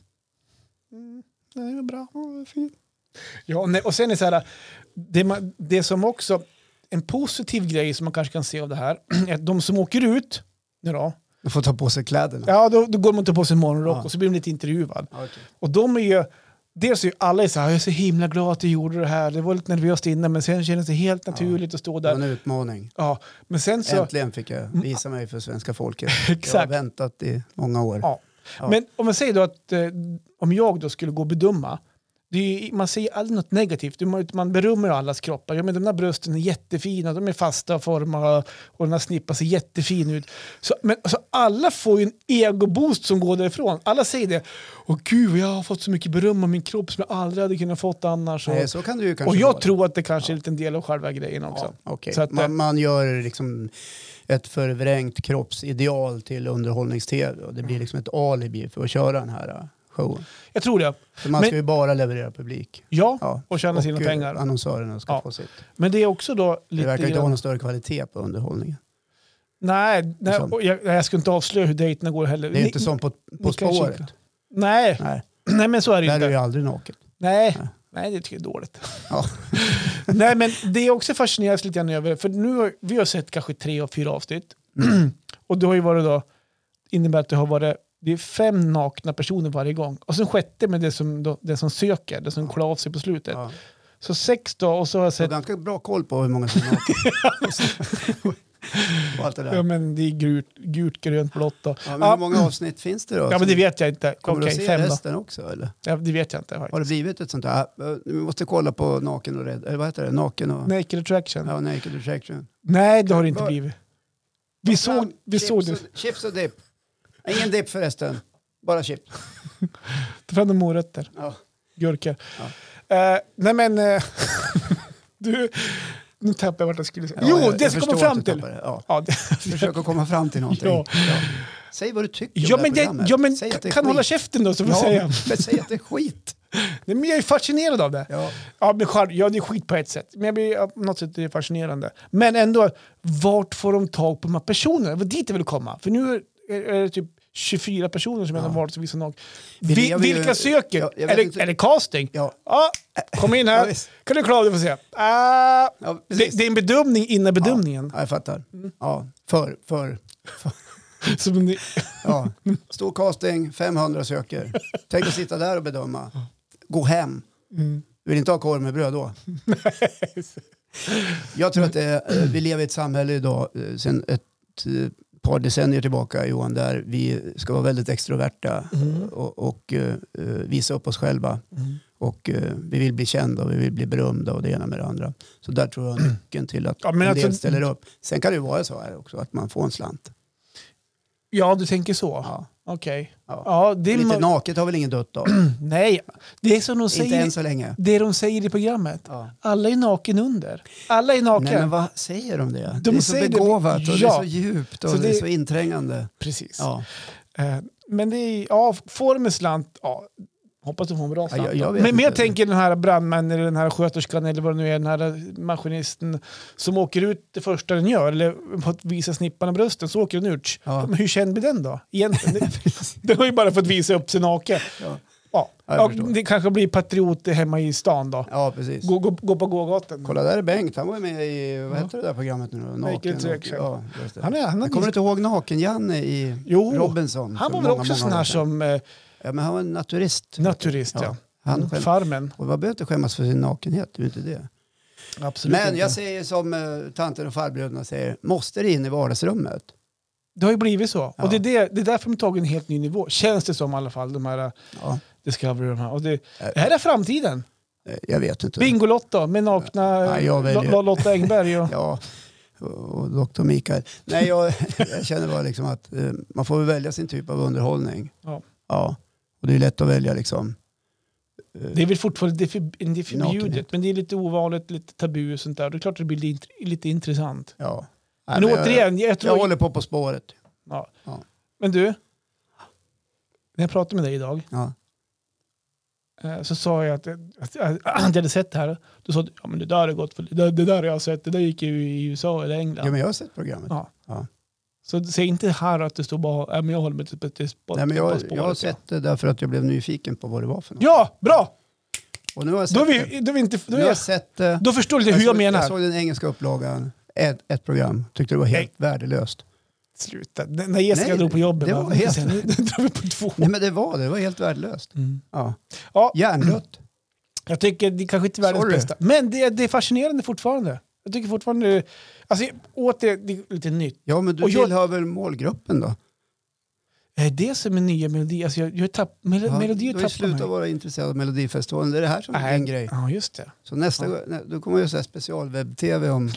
Mm. Det är bra. Det är fint. Ja, nej, och sen är det så här, det, man, det som också, en positiv grej som man kanske kan se av det här, är att de som åker ut nu då, de får ta på sig kläderna. Ja, då, då går man inte på sig en morgonrock ja. och så blir de lite intervjuad. Okay. Och de är ju, dels är ju alla så här, jag är så himla glad att du gjorde det här. Det var lite nervöst innan, men sen kändes det helt naturligt ja. att stå Det där. var en utmaning. Ja, men sen så... Äntligen fick jag visa mig för svenska folket. Exakt. Jag har väntat i många år. Ja. Ja. Men om man säger då att eh, om jag då skulle gå och bedöma, det är, ju- man säger aldrig något negativt. Man, man berömmer ju allas kroppar. Ja, men de där brösten är jättefina, de är fasta och formade och den här snippan ser jättefin ut. Så, men alltså, alla får ju en egoboost som går därifrån. Alla säger det. Åh gud, jag har fått så mycket beröm av min kropp som jag aldrig hade kunnat fått annars. Och, Nej, så kan det ju kanske och jag vara. tror att det kanske är en liten del av själva grejen också. Ja, okay. Så att, man, man gör liksom ett förvrängt kroppsideal till underhållnings-tv och det blir liksom ett alibi för att köra den här showen. jag tror det. För man Men- ska ju bara leverera publik. Ja, Ja. och tjäna sina eh, pengar. annonsörerna ska Ja. få sitt. Men det är också då Det lite verkar inte grann- vara någon större kvalitet på underhållningen. Nej, nej Liksom. och jag, jag ska inte avslöja hur dejterna går heller. Det är Ni- inte som på, ni på kan spåret. kika. Nej. Nej, nej, men så är det ju där är det inte. ju aldrig naket. Nej. Nej. nej, det tycker jag är dåligt. Ja. Nej, men det är också fascinerande lite grann över, för nu har vi har sett kanske tre och fyra avsnitt. Mm. Och det har ju varit då, innebär att det har varit, det är fem nakna personer varje gång. Och sen sjätte med det som, då, det som söker, det som kollar av sig på slutet. Ja. Så sex då, och så har jag Så sett, ganska bra koll på hur många som är naken. Och allt det där. ja men det är gult, gult grönt, blått då. Ja, men hur många avsnitt finns det då? Ja, men det vet jag inte. Kommer Okej, du att se fem då. resten också eller? Ja, det vet jag inte faktiskt. Har det blivit ett sånt där, äh, vi måste kolla på naken och rädd, eller vad heter det? Naken och... Naked Attraction. Ja, naked attraction. Nej, det har det inte Vad- blivit. Vi såg, vi chips såg det. Och, chips och dipp. Ingen dipp förresten. Bara chips. Ta fram morötter. Ja. Gurka. Eh, nej men... Eh, du... Nu tappade jag vart jag skulle säga. Ja, jo, jag- det jag ska förstår komma fram att du till. tappar det. Ja. Ja, det, Försöka komma fram till någonting. Ja. Ja. Säg vad du tycker ja, om men det här det, programmet. ja, men Säg att det är kan hålla skit. käften då så får jag Ja, säga. men säg att det är skit. Nej, men jag är fascinerad av det. Ja. Ja, men själv, ja, det är skit på ett sätt. Men jag blir, ja, på något sätt är det fascinerande. Men ändå, vart får de tag på de här personerna? Det var dit jag ville komma. För nu är, är det typ tjugofyra personer som Ja. har valt att visa naken. Vi Vi, lever ju- vilka söker? Ja, jag är, vet det, inte. är det casting? Ja. Ja, kom in Ja, här. visst. Kan du klara av det för se? Ah, Ja, det, precis. det är en bedömning innan bedömningen. Ja, jag fattar. Ja, för, för. Som ni, Ja. Stor casting, femhundra söker. Tänk att sitta där och bedöma. Gå hem. mm. Du vill inte ha korv med bröd då? Jag tror att det är, vi lever i ett samhälle idag eh, sen ett eh, par decennier tillbaka, Johan, där vi ska vara väldigt extroverta Mm. och, och eh, visa upp oss själva. Mm. Och eh, vi vill bli kända och vi vill bli berömda och det ena med det andra. Så där tror jag nyckeln till att Ja, men en del alltså- ställer upp. Sen kan det ju vara så här också att man får en slant. Ja, du tänker så. Ja. Okej. Ja. Ja, det är Lite ma- naket har väl ingen dött av. Nej, det är som de Inte säger, än så länge. det de säger i programmet. Ja. Alla är naken under. Alla är naken. Nej, men vad säger de det? De det är så säger det- begåvat och det är Ja. så djupt och Så det är det- så inträngande. Precis. Ja. Eh, men det är, ja, får de en slant, ja, hoppas de får en bra Ja, slant. jag- jag då. vet men, men jag inte. tänker den här brandmannen eller den här sköterskan eller vad det nu är, den här maskinisten som åker ut det första den gör, eller fått visa snippan av brösten, så åker den ut. Ja. Men hur känner vi den då? Egentligen, det, det har ju bara fått visa upp sig naken. Ja. Ja. Ja, jag Ja, förstår. det kanske blir patriot hemma i stan då. Ja, precis. Gå, gå, gå på gågatan. Kolla, där är Bengt. Han var med i, vad Ja. heter det där programmet nu då? Naked Naken. Attraction. Ja, just det. Han är, han Jag kommer inte ihåg Naken-Janne i Jo, Robinson. han för var väl många, också många sån år här sedan. som eh, Ja, men han var en naturist. naturist, ja. Ja, han Mm, själv. Farmen. Och man behöver inte skämmas för sin nakenhet, det är ju inte det. Absolut Men inte. jag säger som uh, tanten och farbröderna säger, måste det in i vardagsrummet? Det har ju blivit så. Ja. Och det är, det, det är därför de tagit en helt ny nivå. Känns det som i alla fall, de här Ja, Discovery. De här. Och det, Eh, det här är framtiden. eh, jag vet inte. Bingolotto med nakna Ja, jag väljer- Lo- Lo- Lotta Engberg. Och, Ja, och doktor Mikael. Nej, jag, jag känner bara liksom att eh, man får väl välja sin typ av underhållning. Ja. Ja, och det är lätt att välja liksom. eh, det är väl fortfarande det är, det är förbjudet, Nakenhet. men det är lite ovanligt, lite tabu och sånt där. Det är klart att det blir lite, lite intressant. Ja. Men, Nej, men återigen, jag, jag, tror... jag håller på På spåret. ja. Ja. Men du, när jag pratade med dig idag Ja. eh, så sa jag att, att, att jag hade sett det här. Du sa att ja, men det där är gott, för det, det där har jag sett. Det där gick ju i U S A eller England. ja, men jag har sett programmet. Ja. Ja. Så säg inte här att det står bara, ja, men jag håller mig till, till, spot, Nej, men på jag, spåret. jag har ja. sett det därför att jag blev nyfiken på vad det var för något. Ja, bra! Och nu har jag Då, sett är det. vi, då, är vi inte, då, Nu är har jag, jag sett det. då förstår du lite hur jag såg, menar. Jag såg den engelska upplagan, ett, ett program. Tyckte det var helt Nej. värdelöst. Sluta. N- när Jessica Nej, drog på jobbet. det va? var helt- Sen, nu drar vi på två. Nej, men det var det. Det var helt värdelöst. Mm. Ja. Ja, Hjärndött. jag tycker det kanske inte är världens Sorry. bästa. Men det, det är fascinerande fortfarande. Jag tycker fortfarande... Alltså, åter, det är lite nytt. Ja, men du Och jag- tillhör väl målgruppen då? Det är det som är nya melodier. Alltså, jag, jag tapp, mel- Ja, melodier du har ju tappar mig. slutat vara intresserad av Melodifestivalen. Det är det här som är Nej, en grej. Ja, just det. Så nästa Ja. gång, nej, då kommer jag säga specialwebb-tv om...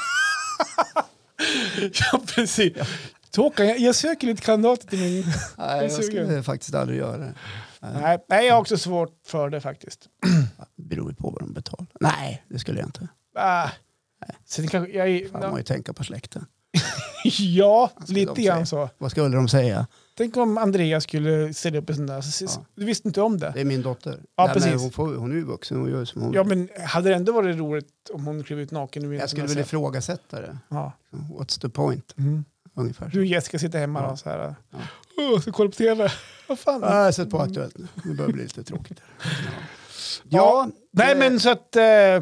Ja, precis. Ja. Håkan, jag, jag söker lite kandidater till min... Nej, jag skulle faktiskt aldrig göra det. Nej. Nej, nej, jag har också svårt för det faktiskt. Det beror ju på vad de betalar. Nej, det skulle jag inte. Ah. Sen kanske, jag, är- Fan, man må ju tänka på släkten. ja, Vad skulle lite de grann säga? så. Vad skulle de säga? Tänk om Andreas skulle ställa upp en sån där. Så, Ja. Du visste inte om det. Det är min dotter. Ja, Nej, men precis. hon, får, hon är ju vuxen. Hon gör som hon Ja, men hade det ändå varit roligt om hon klev ut naken? Nu Jag skulle väl ifrågasätta det. Ja. What's the point? Mm. Ungefär. Du och Jessica sitter hemma Ja. och så här. Ja. Åh, ska kolla på tv. Vad fan? Ja, jag har sett på Aktuellt nu. Det börjar bli lite tråkigt. Ja, Ja, Nej, det- men så att... Eh,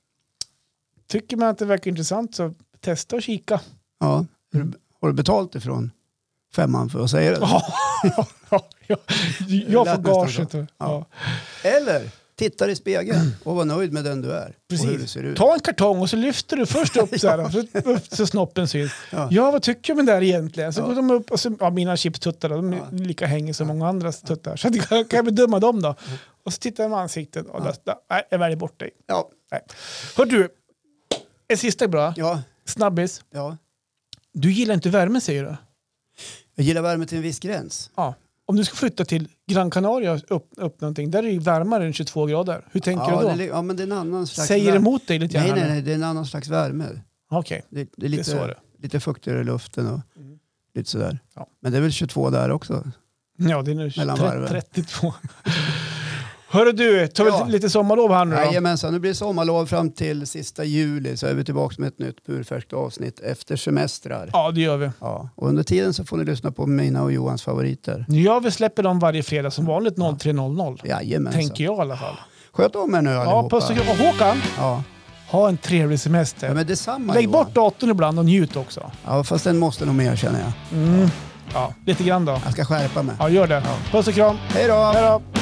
tycker man att det verkar intressant så testa och kika. Ja. Har du betalt ifrån femman för att säga det? Ja, ja, ja. Jag får lät nästan gaget. så. Ja. Ja. Eller tittar i spegeln och var nöjd med den du är. Och hur du Precis. ser ut. Ta en kartong och så lyfter du först upp så här, så, upp, så snoppen syns. Ja. Ja, vad tycker du om det där egentligen? Så Ja. går de upp och så, ja, mina chipstuttar, de är Ja. lika hängig som många andra tuttar. Så att kan kan jag bedöma dem då. Och så tittar jag med ansiktet och Ja. där, nej, jag väljer bort dig. Ja. Nej. Hör du, en sista är bra. Ja. Snabbis. Ja. Du gillar inte värme, säger du? Jag gillar värme till en viss gräns. Ja. Om du ska flytta till Gran Canaria och upp, upp någonting, där är det varmare än tjugotvå grader. Hur tänker Ja, du då? det, är- ja, men det är en annan slags Säger värme. emot dig lite grann? Nej, nej, här nu? nej. Det är en annan slags värme. Okej. Det, det är Det är så lite, det. lite fuktigare i luften och Mm. lite sådär. Ja. Men det är väl tjugotvå där också. Ja, det är nu Mellan tre- varven. trettiotvå. Hörru du, ta Ja. väl lite sommarlov här nu då? Jajamensan, nu blir det sommarlov fram till sista juli så är vi tillbaka med ett nytt purfärskt avsnitt efter semestrar. Ja, det gör vi. Ja. Och under tiden så får ni lyssna på mina och Johans favoriter. Ja, vi släpper dem varje fredag som vanligt noll tre noll noll. Jajamensan. Tänker jag i alla fall. Sköt om er nu Ja, allihopa. puss och kram. Och Håkan, Ja. ha en trevlig semester. Ja, men detsamma, Lägg Johan. bort datorn ibland och njut också. Ja, fast den måste nog mer känner jag. Mm. Ja, lite grann då. Jag ska skärpa mig. Ja, gör det. Puss och kram. Hej då! Hej då.